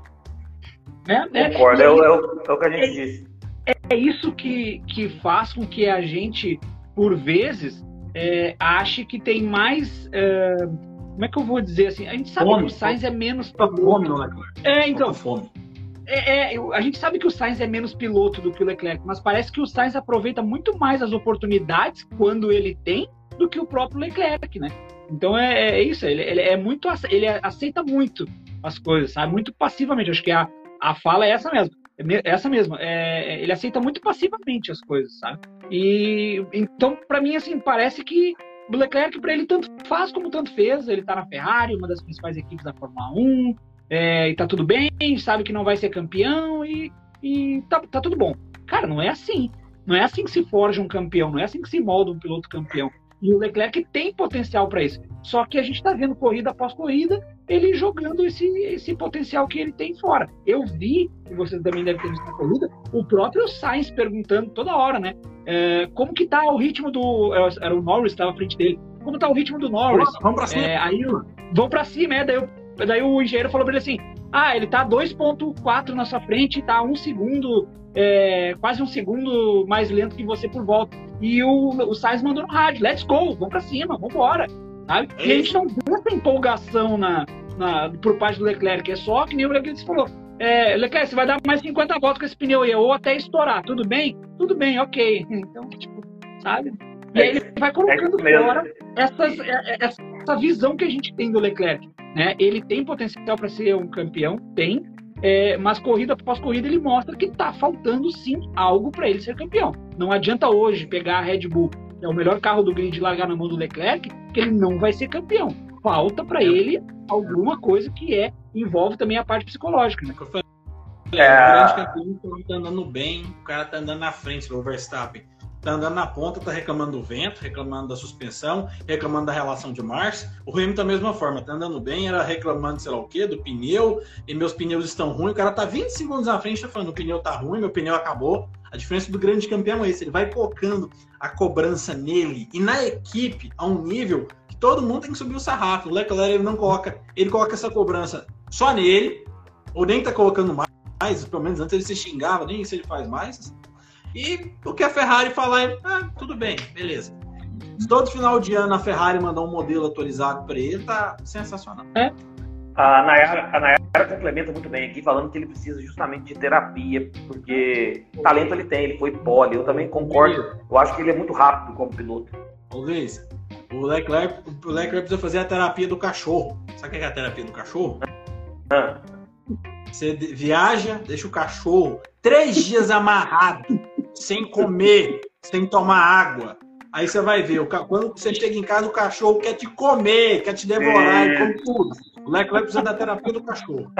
É, é, Concordo, é, é, é, o, é o que a gente é, disse. É isso que, que faz com que a gente, por vezes, é, ache que tem mais... É, como é que eu vou dizer assim? A gente sabe fome, que o Sainz é menos piloto. Fome, não, Leclerc. É, então. Fome. É, é, a gente sabe que o Sainz é menos piloto do que o Leclerc, mas parece que o Sainz aproveita muito mais as oportunidades quando ele tem do que o próprio Leclerc, né? Então é, é isso, ele, ele é muito, ele aceita muito as coisas, sabe? Muito passivamente. Acho que a, a fala é essa mesmo. É essa mesmo. É, ele aceita muito passivamente as coisas, sabe? E então, para mim, assim, parece que o Leclerc, para ele, tanto faz como tanto fez. Ele tá na Ferrari, uma das principais equipes da Fórmula um, é, e tá tudo bem, sabe que não vai ser campeão e, e tá, tá tudo bom. Cara, não é assim. Não é assim que se forja um campeão, não é assim que se molda um piloto campeão. E o Leclerc tem potencial para isso. Só que a gente está vendo corrida após corrida, ele jogando esse, esse potencial que ele tem fora. Eu vi, e vocês também devem ter visto na corrida, o próprio Sainz perguntando toda hora, né? É, como que tá o ritmo do... Era o Norris, estava à frente dele. Como tá o ritmo do Norris? Vamos pra cima. É, aí vão para cima, é, daí, eu, daí o engenheiro falou para ele assim, ah, ele tá dois ponto quatro na sua frente, tá um segundo, é, quase um segundo mais lento que você por volta. E o, o Sainz mandou no rádio, let's go, vamos pra cima, vamos embora. Sabe? É e a gente não vê essa empolgação na, na, por parte do Leclerc, é só que nem o Leclerc falou, é, Leclerc, você vai dar mais cinquenta voltas com esse pneu aí, ou até estourar, tudo bem? Tudo bem, ok. Então, tipo, sabe? E aí ele vai colocando é fora essas, essa visão que a gente tem do Leclerc. Né? Ele tem potencial para ser um campeão, tem, é, mas corrida após corrida ele mostra que está faltando sim algo para ele ser campeão. Não adianta hoje pegar a Red Bull, que é o melhor carro do grid, e largar na mão do Leclerc, que ele não vai ser campeão. Falta para ele alguma coisa que é, envolve também a parte psicológica. Né? É, o grande campeão está andando bem, o cara está andando na frente, o Verstappen. Tá andando na ponta, tá reclamando do vento, reclamando da suspensão, reclamando da relação de marcha. O Hamilton da mesma forma, tá andando bem, era reclamando sei lá o quê, do pneu, e meus pneus estão ruins. O cara tá vinte segundos na frente, tá falando, o pneu tá ruim, meu pneu acabou. A diferença do grande campeão é esse, ele vai colocando a cobrança nele e na equipe a um nível que todo mundo tem que subir o sarrafo. O Leclerc, ele não coloca, ele coloca essa cobrança só nele, ou nem tá colocando mais, pelo menos antes ele se xingava, nem isso ele faz mais. E o que a Ferrari falar é, ah, tudo bem, beleza. Se todo final de ano a Ferrari mandar um modelo atualizado para ele, tá sensacional. É. A Nayara, a Nayara complementa muito bem aqui, falando que ele precisa justamente de terapia, porque talento ele tem, ele foi pole, eu também concordo. Eu acho que ele é muito rápido como piloto. Ô Luiz, o Leclerc, o Leclerc precisa fazer a terapia do cachorro. Sabe o que é a terapia do cachorro? Ah. Você viaja, deixa o cachorro três dias amarrado, sem comer, sem tomar água. Aí você vai ver, quando você chega em casa, o cachorro quer te comer, quer te devorar, é. E come tudo. O Leclerc precisa da terapia do cachorro.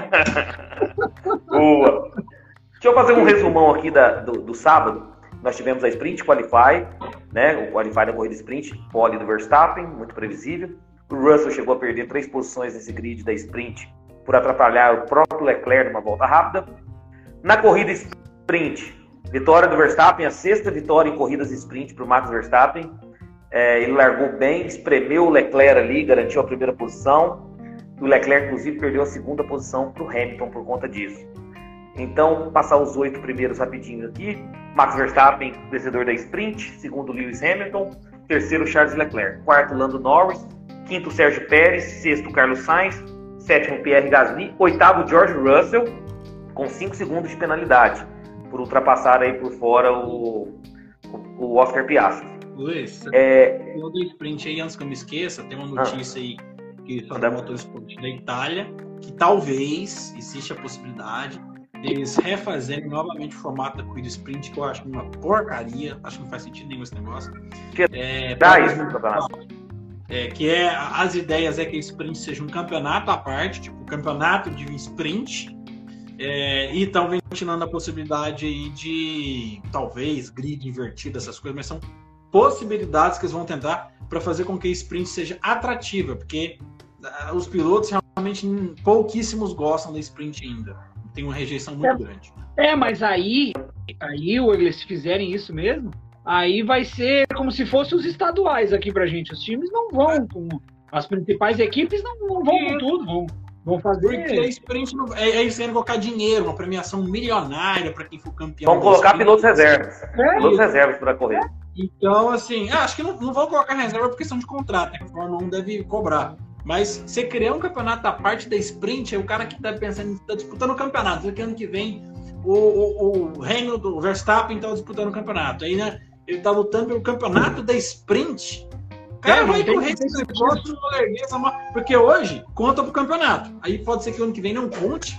Boa. Deixa eu fazer um resumão aqui da, do, do sábado. Nós tivemos a Sprint Qualify, né? O Qualify da corrida Sprint, pole do Verstappen, muito previsível. O Russell chegou a perder três posições nesse grid da Sprint por atrapalhar o próprio Leclerc numa volta rápida. Na corrida Sprint, vitória do Verstappen, a sexta vitória em corridas Sprint para o Max Verstappen. É, ele largou bem, espremeu o Leclerc ali, garantiu a primeira posição. O Leclerc, inclusive, perdeu a segunda posição para o Hamilton por conta disso. Então, passar os oito primeiros rapidinho aqui. Max Verstappen, vencedor da Sprint. Segundo, Lewis Hamilton. Terceiro, Charles Leclerc. Quarto, Lando Norris. Quinto, Sérgio Pérez. Sexto, Carlos Sainz. Sétimo, Pierre Gasly. Oitavo, George Russell, com cinco segundos de penalidade, por ultrapassar aí por fora o, o Oscar Piastri. Luiz, é... o do sprint aí, antes que eu me esqueça, tem uma notícia ah. aí que só da Motorsport da Itália, que talvez existe a possibilidade deles refazerem novamente o formato da corrida sprint, que eu acho uma porcaria, acho que não faz sentido nenhum esse negócio. Que é, dá isso no campeonato. É, que é, as ideias é que o sprint seja um campeonato à parte, tipo, um campeonato de sprint, é, e estão ventilando a possibilidade aí de, talvez, grid invertido, essas coisas, mas são possibilidades que eles vão tentar para fazer com que a sprint seja atrativa, porque uh, os pilotos realmente pouquíssimos gostam da sprint ainda, tem uma rejeição muito é, grande. É, mas aí, aí eles fizerem isso mesmo, aí vai ser como se fossem os estaduais aqui pra gente. Os times não vão com... As principais equipes não, não vão com tudo, vão, vão fazer... Porque a sprint não, é, é eles querem colocar dinheiro, uma premiação milionária pra quem for campeão. Vão colocar pilotos reservas. É, pilotos reservas pra correr. É. Então, assim, acho que não, não vão colocar reserva por questão de contrato, né? A Fórmula um deve cobrar. Mas você criar um campeonato da parte da sprint, é o cara que tá pensando, tá disputando o campeonato. Porque ano que vem o, o, o Hamilton, do Verstappen tá disputando o campeonato. Aí, né? Ele tá lutando pelo campeonato da sprint. O cara é, vai correr esse negócio no Lerguês, porque hoje conta pro campeonato. Aí pode ser que o ano que vem não conte.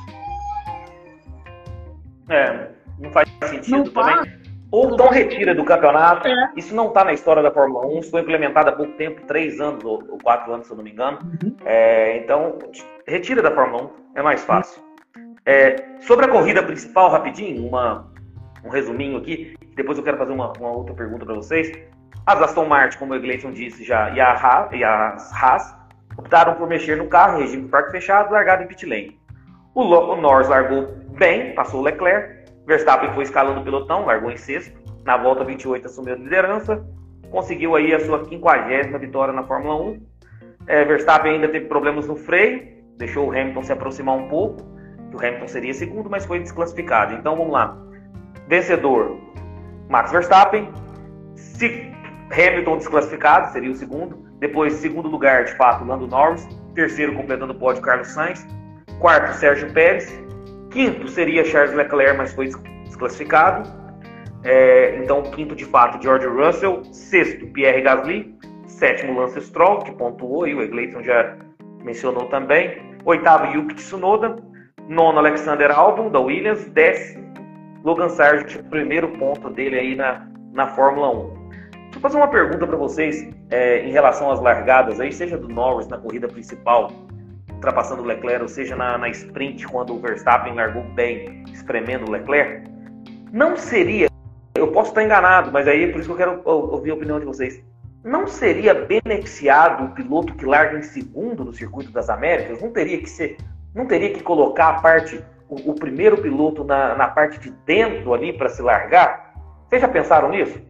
É, não faz sentido não também. Faz. Ou então retira do campeonato. É. Isso não tá na história da Fórmula um, isso foi implementado há pouco tempo, três anos ou, ou quatro anos, se eu não me engano. Uhum. É, então, retira da Fórmula um, é mais fácil. É, sobre a corrida principal, rapidinho, uma, um resuminho aqui. Depois eu quero fazer uma, uma outra pergunta para vocês. As Aston Martin, como o Gleison disse já, e, a ha e as Haas optaram por mexer no carro, regime de parque fechado, largado em pit lane. O, o Norris largou bem, passou o Leclerc. Verstappen foi escalando o pelotão, largou em sexto. Na volta vinte e oito assumiu a liderança. Conseguiu aí a sua quinquagésima vitória na Fórmula um. É, Verstappen ainda teve problemas no freio, deixou o Hamilton se aproximar um pouco, que o Hamilton seria segundo, mas foi desclassificado. Então vamos lá. Vencedor, Max Verstappen. Se Hamilton desclassificado, seria o segundo. Depois, segundo lugar, de fato, Lando Norris. Terceiro, completando o pódio, Carlos Sainz. Quarto, Sérgio Pérez. Quinto seria Charles Leclerc, mas foi desclassificado. É, então, quinto, de fato, George Russell. Sexto, Pierre Gasly. Sétimo, Lance Stroll, que pontuou, e o Egleiton já mencionou também. Oitavo, Yuki Tsunoda. Nono, Alexander Albon, da Williams. Décimo, Logan Sargent, primeiro ponto dele aí na, na Fórmula um. Deixa eu fazer uma pergunta para vocês é, em relação às largadas, aí, seja do Norris na corrida principal, ultrapassando o Leclerc, ou seja na, na sprint, quando o Verstappen largou bem, espremendo o Leclerc. Não seria, eu posso estar enganado, mas aí é por isso que eu quero ouvir a opinião de vocês. Não seria beneficiado o piloto que larga em segundo no Circuito das Américas? Não teria que ser, não teria que colocar a parte, o, o primeiro piloto na, na parte de dentro ali para se largar? Vocês já pensaram nisso?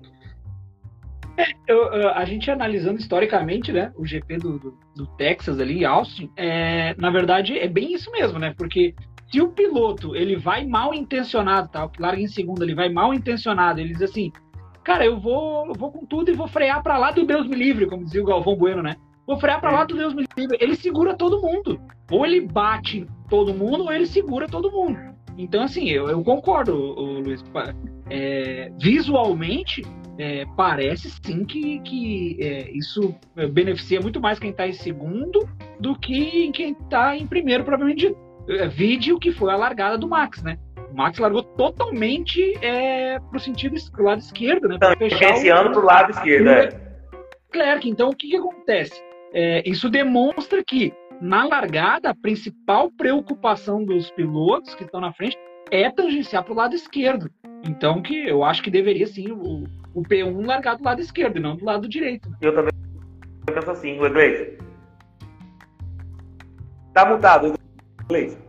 É, eu, a gente analisando historicamente, né, o G P do, do, do Texas ali, Austin, é, na verdade é bem isso mesmo, né? Porque se o piloto ele vai mal intencionado, tá? O que larga em segundo, ele vai mal intencionado, ele diz assim, cara, eu vou, eu vou com tudo e vou frear para lá do Deus me livre, como dizia o Galvão Bueno, né? Vou frear para lá do Deus me livre. Ele segura todo mundo. Ou ele bate todo mundo, ou ele segura todo mundo. Então, assim, eu, eu concordo, o, o Luiz. É, visualmente, é, parece sim que, que é, isso beneficia muito mais quem está em segundo do que quem está em primeiro, provavelmente dito. Vide o que foi a largada do Max, né? O Max largou totalmente é, pro sentido pro lado esquerdo, né? Pra fechar esse ano pro lado esquerdo, é. Leclerc. Então, o que, que acontece? É, isso demonstra que, na largada, a principal preocupação dos pilotos que estão na frente é tangenciar pro lado esquerdo. Então, que eu acho que deveria, sim, o, o P um largar do lado esquerdo e não do lado direito. Eu também penso assim, o Egleiton. Tá mutado, Egleiton.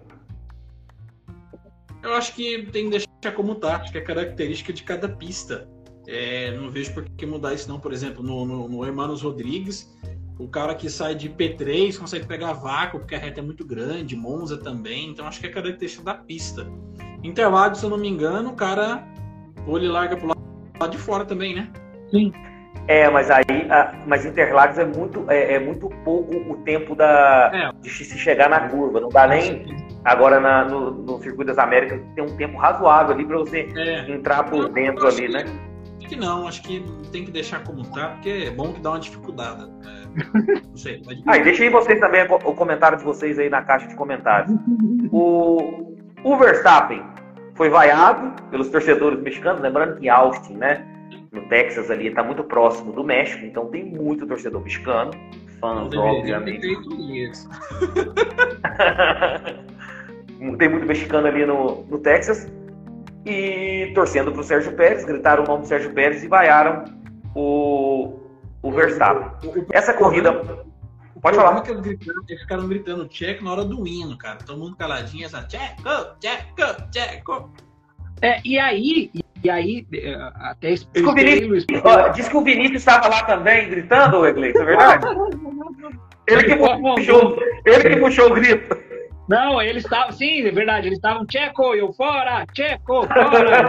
Eu acho que tem que deixar como tá, acho que é característica de cada pista. É, não vejo por que mudar isso não. Por exemplo, no, no, no Hermanos Rodrigues, o cara que sai de P três consegue pegar vácuo, porque a reta é muito grande, Monza também, então acho que é característica da pista. Interlagos, se eu não me engano, o cara, ou ele larga pro lado de fora também, né? Sim. É, mas aí, a, mas Interlagos é muito, é, é muito pouco o tempo da, é. de se chegar na curva, não dá nem... Agora na, no, no Circuito das Américas tem um tempo razoável ali para você é. entrar por não, dentro ali, que, né? Acho que não, acho que tem que deixar como tá, porque é bom que dá uma dificuldade. É, não sei. Pode... Ah, e deixa aí vocês também o comentário de vocês aí na caixa de comentários. O, o Verstappen foi vaiado pelos torcedores mexicanos, lembrando que Austin, né? No Texas ali está muito próximo do México, então tem muito torcedor mexicano, fãs, obviamente. Tem muito mexicano ali no, no Texas e torcendo para o Sérgio Pérez, gritaram o nome do Sérgio Pérez e vaiaram o, o Verstappen. Essa corrida... Pode falar. Que eles ficaram gritando Checo na hora do hino, cara. Todo mundo caladinho, essa Checo, Checo, Checo. É, e aí... E aí, até diz que, o Vinícius, ó, diz que o Vinícius estava lá também gritando, Egleiton, é verdade? Ele que puxou, ele que puxou o grito. Não, eles estavam, sim, é verdade, eles estavam Checo, eu fora, Checo, fora.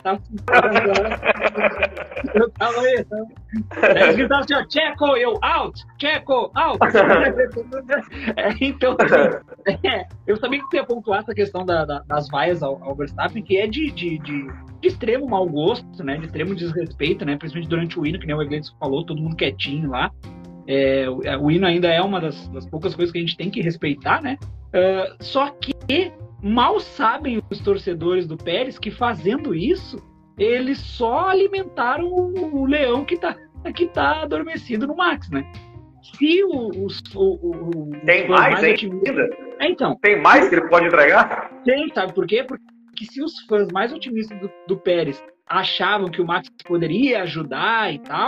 Eu tava aí. Eles gritavam assim, ó, Checo, eu out, Checo, out. É, então, assim, é, eu sabia que você ia pontuar essa questão da, da, das vaias ao, ao Verstappen, que é de, de, de, de extremo mau gosto, né, de extremo desrespeito, né, principalmente durante o hino, que nem o Egleiton falou, todo mundo quietinho lá. É, o, o hino ainda é uma das, das poucas coisas que a gente tem que respeitar, né? Uh, só que mal sabem os torcedores do Pérez que fazendo isso, eles só alimentaram o, o leão que tá, que tá adormecido no Max, né? Se os, o, o, tem mais, mais otimistas... é, então, tem mais que ele pode entregar? Tem, sabe por quê? Porque se os fãs mais otimistas do, do Pérez achavam que o Max poderia ajudar e tal,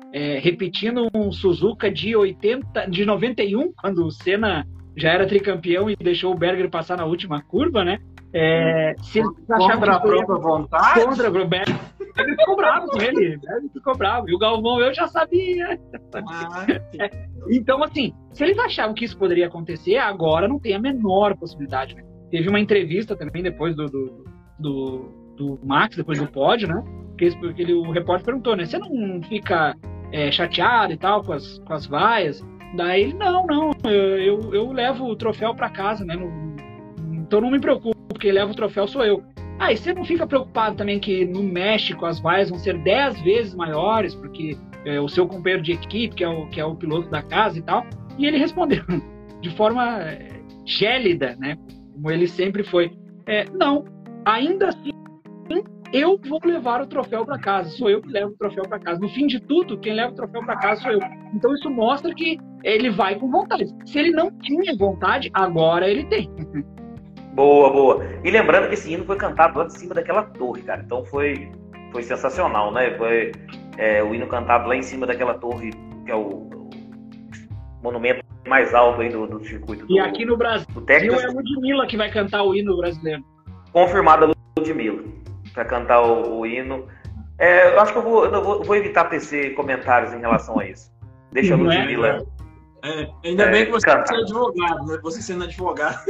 é, repetindo um Suzuka de oitenta, de noventa e um, quando o Senna já era tricampeão e deixou o Berger passar na última curva, né? É, se ele contra a própria vontade? Contra o Berger. Ele ficou bravo com ele, ele ficou bravo. E o Galvão, eu já sabia. Ah, então, assim, se eles achavam que isso poderia acontecer, agora não tem a menor possibilidade, né? Teve uma entrevista também depois do, do, do, do Max, depois do pódio, né? Porque, porque ele, o repórter perguntou, né? Você não fica é, chateado e tal com as, com as vaias? Daí ele, não, não, eu, eu, eu levo o troféu para casa, né? Não, então não me preocupo, porque quem leva o troféu sou eu. Ah, e você não fica preocupado também que no México as vaias vão ser dez vezes maiores, porque é, o seu companheiro de equipe, que é, o, que é o piloto da casa e tal? E ele respondeu de forma é, gélida, né? Como ele sempre foi. É, não, ainda assim, eu vou levar o troféu para casa. Sou eu que levo o troféu para casa. No fim de tudo, quem leva o troféu para casa sou eu. Então isso mostra que ele vai com vontade. Se ele não tinha vontade, agora ele tem. Boa, boa. E lembrando que esse hino foi cantado lá de cima daquela torre, cara. Então foi, foi sensacional, né? Foi é, o hino cantado lá em cima daquela torre, que é o, o monumento mais alto aí do, do circuito. E do, aqui no Brasil, é a Ludmilla que vai cantar o hino brasileiro. Confirmada a Ludmilla para cantar o, o hino. É, eu acho que eu vou, eu vou, vou evitar tecer comentários em relação a isso. Deixa a Ludmilla... É, ainda é, bem que você cantar. É advogado, né? Você sendo advogado.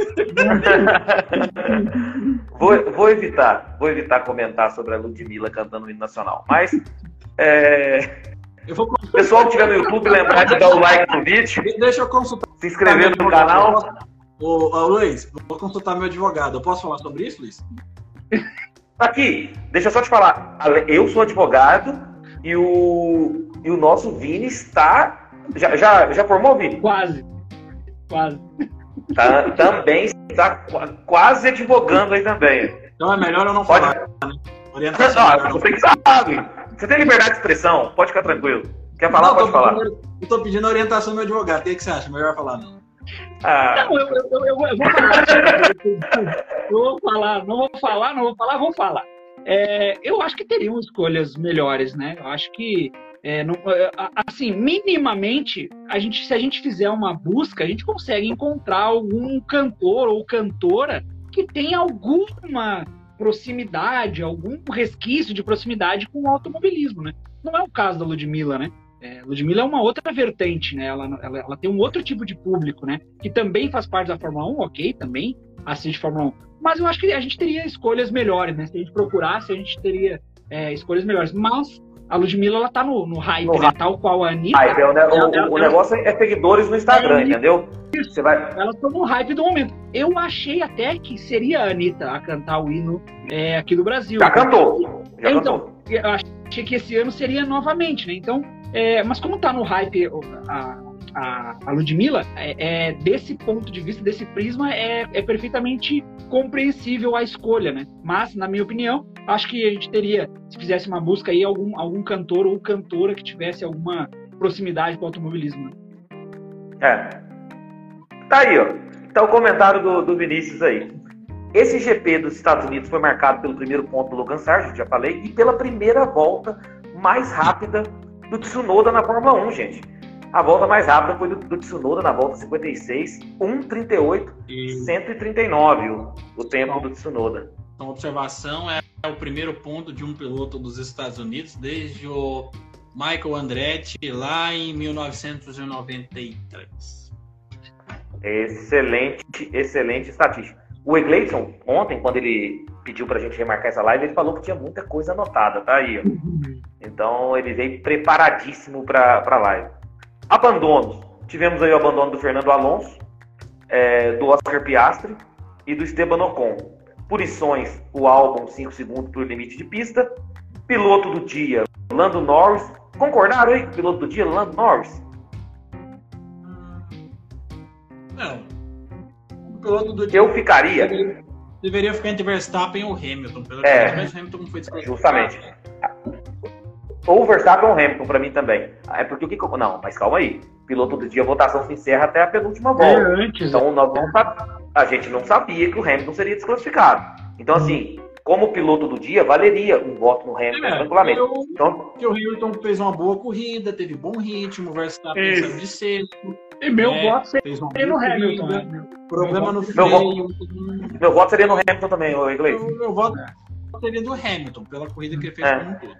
vou, vou evitar, vou evitar comentar sobre a Ludmilla cantando o hino nacional. Mas, é... eu vou... o pessoal que estiver no YouTube, lembrar de dar o like no vídeo. Deixa eu consultar. Se inscrever no canal. Ô, ô, Luiz, vou consultar meu advogado. Eu posso falar sobre isso, Luiz? Aqui, deixa eu só te falar. Eu sou advogado e o, e o nosso Vini está... Já, já, já formou, Vini? Quase. Quase. Tá, também está quase advogando aí também. Então é melhor eu não pode... falar. Né? Não, você que sabe. Você tem liberdade de expressão, pode ficar tranquilo. Quer falar, não, pode falar. Pedindo, eu tô pedindo a orientação do meu advogado. O que, é que você acha? Melhor falar, não. Ah. Não, eu, eu, eu, eu, eu vou falar. Eu vou falar, não vou falar, não vou falar, vou falar. É, eu acho que teriam escolhas melhores, né? Eu acho que É, não, assim, minimamente, a gente, se a gente fizer uma busca, a gente consegue encontrar algum cantor ou cantora que tenha alguma proximidade, algum resquício de proximidade com o automobilismo, né? Não é o caso da Ludmilla, né? É, Ludmilla é uma outra vertente, né? Ela, ela, ela tem um outro tipo de público, né? Que também faz parte da Fórmula um, ok, também assiste Fórmula um. Mas eu acho que a gente teria escolhas melhores, né? Se a gente procurasse, a gente teria é, escolhas melhores. Mas a Ludmilla, ela tá no, no hype, no né? Tal qual a Anitta. Hype, o, ela, o, ela, o negócio ela, é seguidores no Instagram, é, entendeu? Você vai... Elas estão no hype do momento. Eu achei até que seria a Anitta a cantar o hino é, aqui do Brasil. Já cantou. Já então, cantou. Eu achei que esse ano seria novamente, né? Então, é, mas como tá no hype a, a, a Ludmilla, é, é, desse ponto de vista, desse prisma, é, é perfeitamente compreensível a escolha, né? Mas, na minha opinião, acho que a gente teria, se fizesse uma busca aí, algum, algum cantor ou cantora que tivesse alguma proximidade com o automobilismo. É. Tá aí, ó. Tá o comentário do, do Vinícius aí. Esse G P dos Estados Unidos foi marcado pelo primeiro ponto do Logan Sargent, já falei, e pela primeira volta mais rápida do Tsunoda na Fórmula um, gente. A volta mais rápida foi do, do Tsunoda na volta cinquenta e seis, um trinta e oito, cento e trinta e nove o, o tempo então, do Tsunoda. Então, a observação é o primeiro ponto de um piloto dos Estados Unidos desde o Michael Andretti lá em mil novecentos e noventa e três. Excelente, excelente estatística. O Egleison, ontem, quando ele pediu pra gente remarcar essa live, ele falou que tinha muita coisa anotada, tá aí, ó. Então, ele veio preparadíssimo pra, pra live. Abandonos. Tivemos aí o abandono do Fernando Alonso, é, do Oscar Piastri e do Esteban Ocon. Punições, o Albon, cinco segundos por limite de pista. Piloto do dia, Lando Norris. Concordaram aí com o piloto do dia, Lando Norris? Não. O piloto do dia... Eu ficaria... Deveria, deveria ficar entre Verstappen ou Hamilton. Pelo é, menos Hamilton não foi desclassificado. Justamente. Ou Verstappen ou Hamilton, pra mim também. É porque o que... Não, mas calma aí. Piloto do dia, a votação se encerra até a penúltima volta. É, antes, então, nós não, a gente não sabia que o Hamilton seria desclassificado. Então, assim, como piloto do dia, valeria um voto no Hamilton É, tranquilamente. eu- Então, Porque o Hamilton fez uma boa corrida, teve bom ritmo, o Verstappen Isso. saiu de sexto, E meu É, voto seria fez uma no boa Hamilton, corrida, né? problema no Meu freio. meu voto seria no Hamilton também, ô Iglesias. O meu voto seria do Hamilton, pela corrida que ele fez É. como um todo.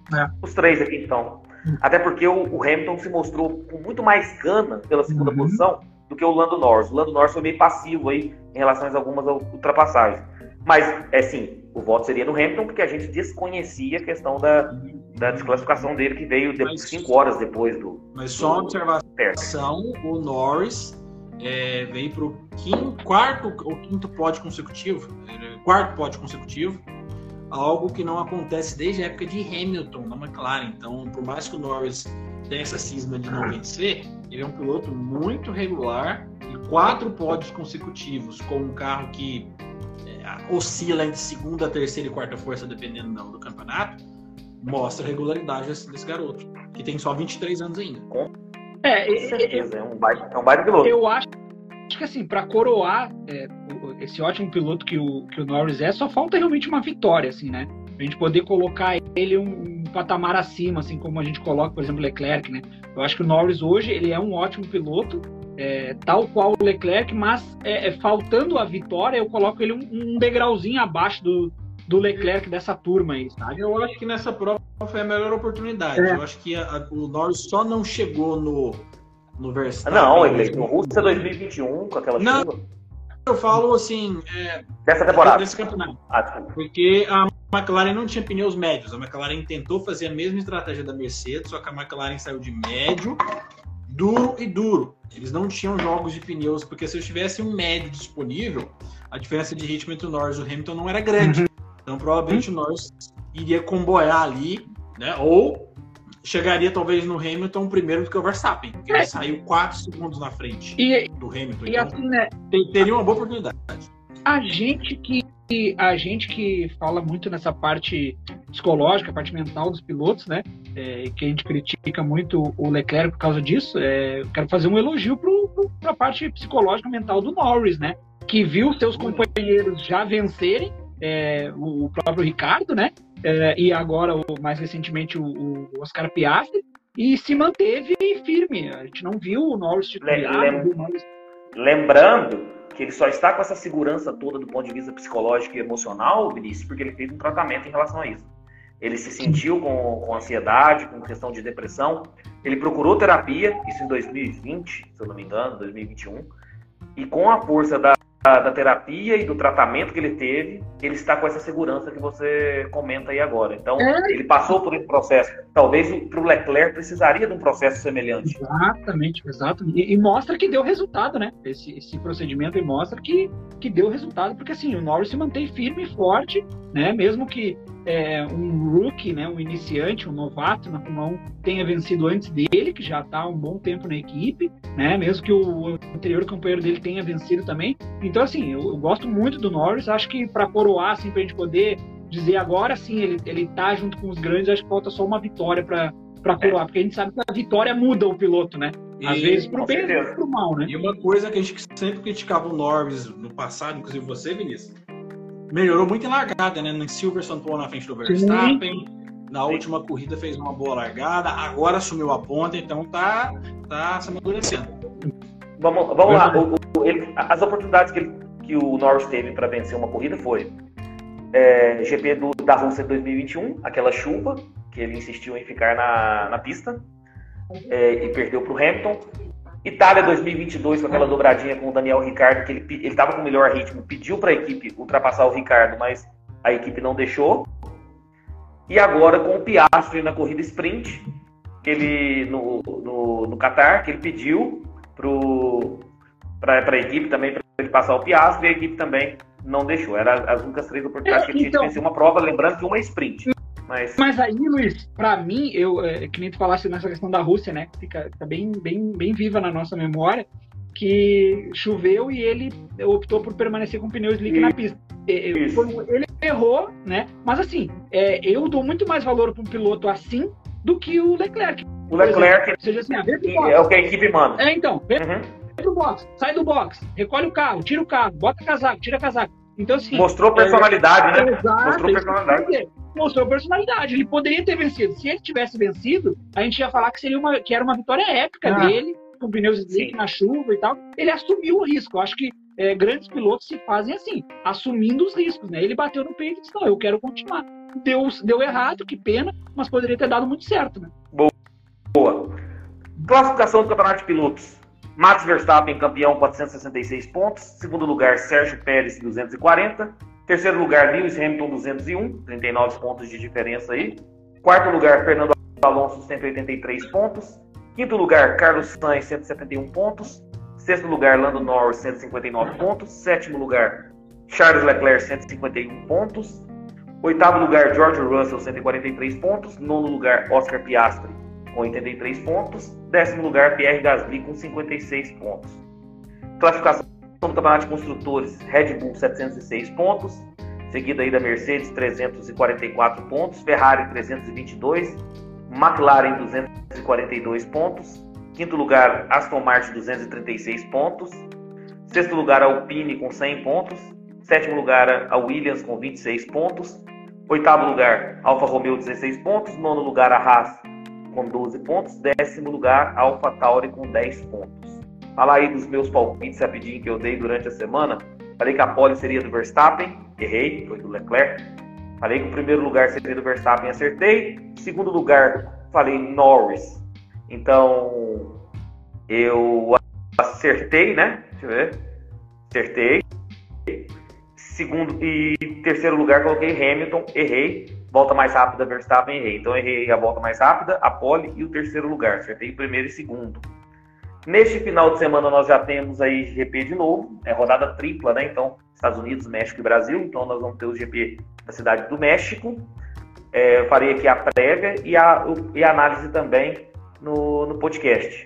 Os três aqui, então. Até porque o, o Hamilton se mostrou com muito mais gana pela segunda Uhum. posição do que o Lando Norris. O Lando Norris foi meio passivo aí em relação a algumas ultrapassagens. Mas, é sim, o voto seria no Hamilton porque a gente desconhecia a questão da, da desclassificação dele, que veio de, Mas- cinco horas depois do... Mas só uma observação, o Norris é, veio para o quarto ou quinto pódio consecutivo, é, quarto pódio consecutivo, algo que não acontece desde a época de Hamilton na McLaren. Então, por mais que o Norris tenha essa cisma de não vencer, ele é um piloto muito regular e quatro pódios consecutivos com um carro que é, oscila entre segunda, terceira e quarta força, dependendo do, do campeonato, mostra a regularidade desse, desse garoto, que tem só vinte e três anos ainda. É, Com e- e- certeza, é um baita, é um baita piloto. eu acho, acho que assim, para coroar é, o- esse ótimo piloto que o, que o Norris é, só falta realmente uma vitória, assim, né? A gente poder colocar ele um, um patamar acima, assim como a gente coloca, por exemplo, Leclerc, né? Eu acho que o Norris hoje, ele é um ótimo piloto, é, tal qual o Leclerc, mas é, é, faltando a vitória, eu coloco ele um, um degrauzinho abaixo do, do Leclerc dessa turma aí, sabe? Eu acho que nessa prova foi a melhor oportunidade. É. Eu acho que a- a- o Norris só não chegou no, no Verstappen. Não, Iglesias, no Rússia dois mil e vinte e um, com aquela Não. chuva. Eu falo assim, é, Dessa temporada. desse campeonato. Ah, desculpa. Porque a McLaren não tinha pneus médios. A McLaren tentou fazer a mesma estratégia da Mercedes, só que a McLaren saiu de médio, duro e duro. Eles não tinham jogos de pneus, porque se eu tivesse um médio disponível, a diferença de ritmo entre o Norris e o Hamilton não era grande. Então provavelmente o Norris iria comboiar ali, né? Ou chegaria talvez no Hamilton primeiro do que o Verstappen, porque ele É. saiu quatro segundos na frente E, do Hamilton. e Então assim, né? te- teria uma boa oportunidade. A gente que a gente que fala muito nessa parte psicológica, parte mental dos pilotos, né? É, que a gente critica muito o Leclerc por causa disso. É, eu quero fazer um elogio para a parte psicológica mental do Norris, né? Que viu seus companheiros já vencerem, é, o, o próprio Ricardo, né? É, e agora, o, mais recentemente, o, o Oscar Piastri, e se manteve firme. A gente não viu o Norris titular, Lem- não viu o Norris. Lembrando que ele só está com essa segurança toda do ponto de vista psicológico e emocional, Vinícius, porque ele fez um tratamento em relação a isso. Ele se sentiu com, com ansiedade, com questão de depressão. Ele procurou terapia, isso em dois mil e vinte, se eu não me engano, dois mil e vinte e um. E com a força da, da terapia e do tratamento que ele teve, ele está com essa segurança que você comenta aí agora. Então, É. ele passou por esse processo. Talvez para o Leclerc precisaria de um processo semelhante. Exatamente, exato. E, e mostra que deu resultado, né? Esse, esse procedimento aí mostra que, que deu resultado, porque assim, o Norris se mantém firme e forte, né? Mesmo que é, um rookie, né? Um iniciante, um novato na Fórmula um tenha vencido antes dele, que já está há um bom tempo na equipe, né? Mesmo que o anterior companheiro dele tenha vencido também. Então, assim, eu, eu gosto muito do Norris, acho que para coroar, assim, pra gente poder dizer agora sim, ele, ele tá junto com os grandes, acho que falta só uma vitória para para coroar, porque a gente sabe que a vitória muda o piloto, né? Às E- vezes pro com bem, às certeza. vezes pro mal, né? E uma coisa que a gente sempre criticava o Norris no passado, inclusive você, Vinícius, melhorou muito em largada, né? No Silverstone pô na frente do Verstappen, na última corrida fez uma boa largada, agora assumiu a ponta, então tá, tá se amadurecendo. Vamos, vamos lá. O- o- ele- as oportunidades que, ele- que o Norris teve para vencer uma corrida foi é, G P do, da Rússia dois mil e vinte e um, aquela chuva que ele insistiu em ficar na, na pista é, e perdeu para o Hamilton. Itália dois mil e vinte e dois, com aquela dobradinha com o Daniel Ricciardo, que ele estava com o melhor ritmo, pediu para a equipe ultrapassar o Ricciardo, mas a equipe não deixou. E agora com o Piastri na corrida sprint, que ele no, no, no Qatar, que ele pediu para a equipe também, para ele passar o Piastri, e a equipe também não deixou. Eram as únicas três oportunidades que ele tinha Então- de vencer uma prova, lembrando que uma é sprint. Mas, Mas aí, Luiz, pra mim, eu, é, que nem tu falasse nessa questão da Rússia, né? Fica, fica bem, bem, bem viva na nossa memória, que choveu e ele optou por permanecer com o pneu slick Isso. na pista. É, é, Isso. foi- ele errou, né? Mas assim, é, eu dou muito mais valor para um piloto assim do que o Leclerc. o Leclerc Ou seja, assim, ah, vem pro é box. o que a equipe manda. É, então, vem Uhum. pro box, sai do box, recolhe o carro, tira o carro, bota casaco, tira casaco. Então, assim, mostrou personalidade, é, né? Exato, mostrou personalidade. Mostrou personalidade. Ele poderia ter vencido. Se ele tivesse vencido, a gente ia falar que, seria uma, que era uma vitória épica ah, dele, com pneus slick na chuva e tal. Ele assumiu o risco. Eu acho que é, grandes pilotos se fazem assim, assumindo os riscos, né? Ele bateu no peito e disse, não, eu quero continuar. Deu, deu errado, que pena, mas poderia ter dado muito certo, né? Boa. Classificação do Campeonato de Pilotos. Max Verstappen, campeão, quatrocentos e sessenta e seis pontos. Segundo lugar, Sérgio Pérez, duzentos e quarenta. Terceiro lugar, Lewis Hamilton, duzentos e um. trinta e nove pontos de diferença aí. Quarto lugar, Fernando Alonso, cento e oitenta e três pontos. Quinto lugar, Carlos Sainz, cento e setenta e um pontos. Sexto lugar, Lando Norris, cento e cinquenta e nove pontos. Sétimo lugar, Charles Leclerc, cento e cinquenta e um pontos. Oitavo lugar, George Russell, cento e quarenta e três pontos. Nono lugar, Oscar Piastri, com oitenta e três pontos. Décimo lugar, Pierre Gasly, com cinquenta e seis pontos. Classificação do Campeonato de Construtores, Red Bull, setecentos e seis pontos. Seguida aí da Mercedes, trezentos e quarenta e quatro pontos. Ferrari, trezentos e vinte e dois. McLaren, duzentos e quarenta e dois pontos. Quinto lugar, Aston Martin, duzentos e trinta e seis pontos. Sexto lugar, Alpine, com cem pontos. Sétimo lugar, a Williams, com vinte e seis pontos. Oitavo lugar, Alfa Romeo, dezesseis pontos. Nono lugar, a Haas, com doze pontos. Décimo lugar, Alfa Tauri, com dez pontos. Falar aí dos meus palpites rapidinho que eu dei durante a semana. Falei que a pole seria do Verstappen, errei, foi do Leclerc. Falei que o primeiro lugar seria do Verstappen, acertei. Segundo lugar, falei Norris. Então, eu acertei, né? Deixa eu ver. Acertei. Segundo e terceiro lugar, coloquei Hamilton, errei. Volta mais rápida, Verstappen, errei. Então, errei a volta mais rápida, a pole e o terceiro lugar. Acertei o primeiro e segundo. Neste final de semana, nós já temos aí G P de novo. É rodada tripla, né? Então, Estados Unidos, México e Brasil. Então, nós vamos ter o G P da Cidade do México. É, eu farei aqui a prévia e a, e a análise também no, no podcast.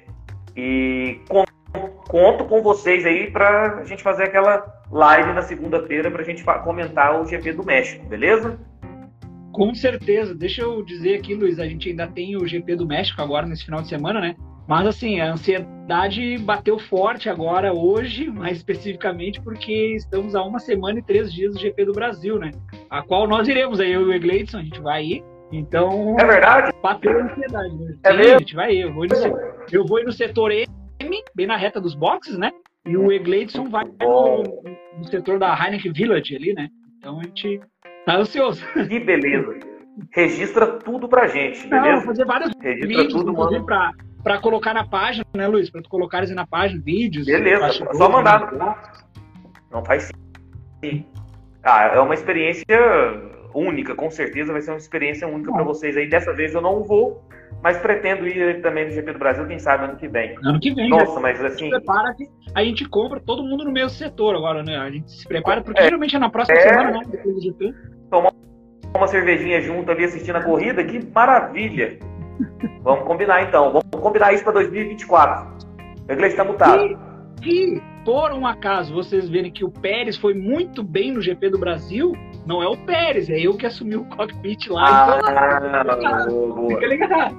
E conto, conto com vocês aí para a gente fazer aquela live na segunda-feira para a gente comentar o G P do México, beleza? Com certeza. Deixa eu dizer aqui, Luiz, a gente ainda tem o G P do México agora nesse final de semana, né? Mas assim, a ansiedade bateu forte agora, hoje, mais especificamente, porque estamos a uma semana e três dias do G P do Brasil, né? A qual nós iremos aí, eu e o Egleidson, a gente vai ir. Então, é verdade? Bateu a ansiedade. Né? É Sim, mesmo? A gente vai ir. Eu vou, no, eu vou ir no setor M, bem na reta dos boxes, né? E o Egleidson vai no, no setor da Heineken Village ali, né? Então a gente tá ansioso. Que beleza. Registra tudo pra gente, beleza? Não, vou fazer vários Registra vídeos, tudo, inclusive, mano. pra, pra colocar na página, né, Luiz? Pra tu colocares aí na página, vídeos. Beleza, só mandar. Não faz sim. Ah, é uma experiência única, com certeza vai ser uma experiência única para vocês aí. Dessa vez eu não vou, mas pretendo ir também no G P do Brasil, quem sabe ano que vem. Ano que vem. Nossa, né? mas assim... Se prepara que a gente compra todo mundo no mesmo setor agora, né? A gente se prepara, porque é, geralmente é na próxima é... semana, né? Depois do G P. Tomar uma cervejinha junto ali assistindo a corrida, que maravilha! Vamos combinar então, vamos combinar isso para dois mil e vinte e quatro. O inglês está mutado. E, por um acaso, vocês verem que o Pérez foi muito bem no G P do Brasil, não é o Pérez, é eu que assumi o cockpit lá. Ah, então, boa, boa. Fica ligado.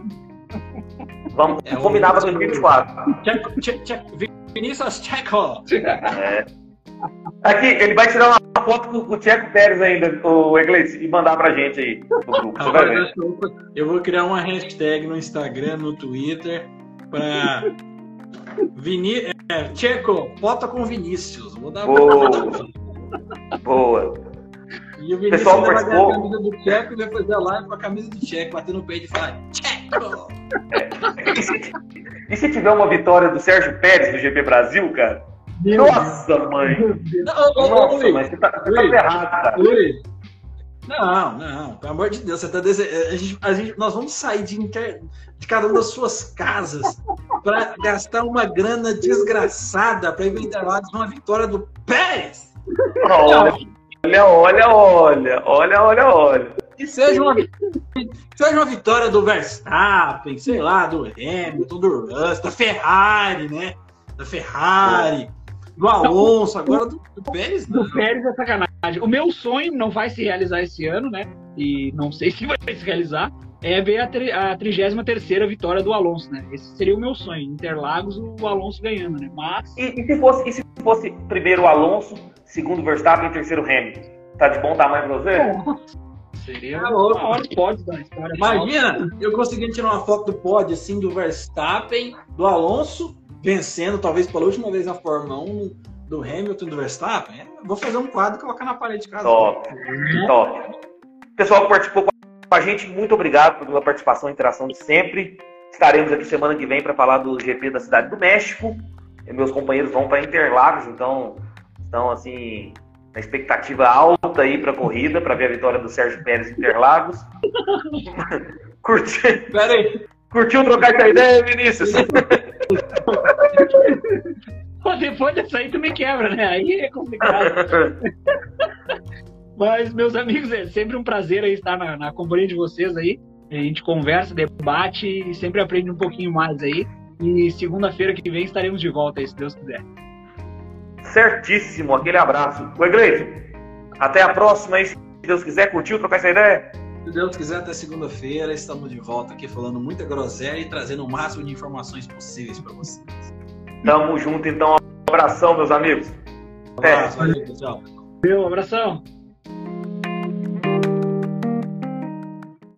Vamos é combinar para dois mil e vinte e quatro. Checo, checo, checo, Vinícius Checo. É. Aqui, ele vai tirar uma foto com o Checo Pérez ainda, o Iglesias, e mandar pra gente aí no grupo. Você vai ver. Eu vou criar uma hashtag no Instagram, no Twitter, pra Vini... é, Checo, foto com Vinícius. Vou dar Boa. Boa. E o Vinícius Pessoal, vai participou. fazer a camisa do Checo e vai fazer a live com a camisa do Checo, batendo no peito e falar Checo! É. E, se, e se tiver uma vitória do Sérgio Pérez no G P Brasil, cara? Meu Nossa, Deus. mãe! Não, ô, ô, Nossa, Luiz, mas você tá, você Luiz, tá ferrado, cara. Luiz. Não, não, pelo amor de Deus, você tá dese... a gente, a gente, nós vamos sair de, inter... de cada uma das suas casas para gastar uma grana desgraçada para ir ver Interlagos uma vitória do Pérez. Olha, olha, olha, olha, olha, olha. Que seja uma, que seja uma vitória do Verstappen, sei lá, do Hamilton, do Russell, da Ferrari, né? Da Ferrari, do Alonso, agora do, do Pérez, não. Do Pérez é sacanagem. O meu sonho não vai se realizar esse ano, né? E não sei se vai se realizar. É ver a, tri, a trigésima terceira vitória do Alonso, né? Esse seria o meu sonho. Interlagos, o Alonso ganhando, né? Mas... E, e, se fosse, e se fosse primeiro o Alonso, segundo Verstappen e terceiro Hamilton. Tá de bom tamanho pra você? Seria Tá o louco. maior pódio da história. Imagina, eu conseguindo tirar uma foto do pódio, assim, do Verstappen, do Alonso, vencendo, talvez pela última vez na Fórmula um, do Hamilton e do Verstappen. Eu vou fazer um quadro e colocar na parede de casa. Top, top. Pessoal que participou com a gente, muito obrigado pela participação e interação de sempre. Estaremos aqui semana que vem para falar do G P da Cidade do México. E meus companheiros vão para Interlagos, então estão assim na expectativa alta aí para a corrida, para ver a vitória do Sérgio Pérez em Interlagos. Curtiu? Pera aí. Curtiu trocar essa ideia, Vinícius? Pô, depois dessa aí tu me quebra, né? Aí é complicado. Mas, meus amigos, é sempre um prazer aí estar na, na companhia de vocês aí. A gente conversa, debate e sempre aprende um pouquinho mais aí. E segunda-feira que vem estaremos de volta aí, se Deus quiser. Certíssimo, aquele abraço. Oi, Gleison. Até a próxima aí, se Deus quiser. Curtiu trocar essa ideia? Se Deus quiser, até segunda-feira estamos de volta aqui falando muita groselha e trazendo o máximo de informações possíveis para vocês. Tamo junto, então. Um abração, meus amigos. Um abraço, valeu, tchau. Meu, um abração.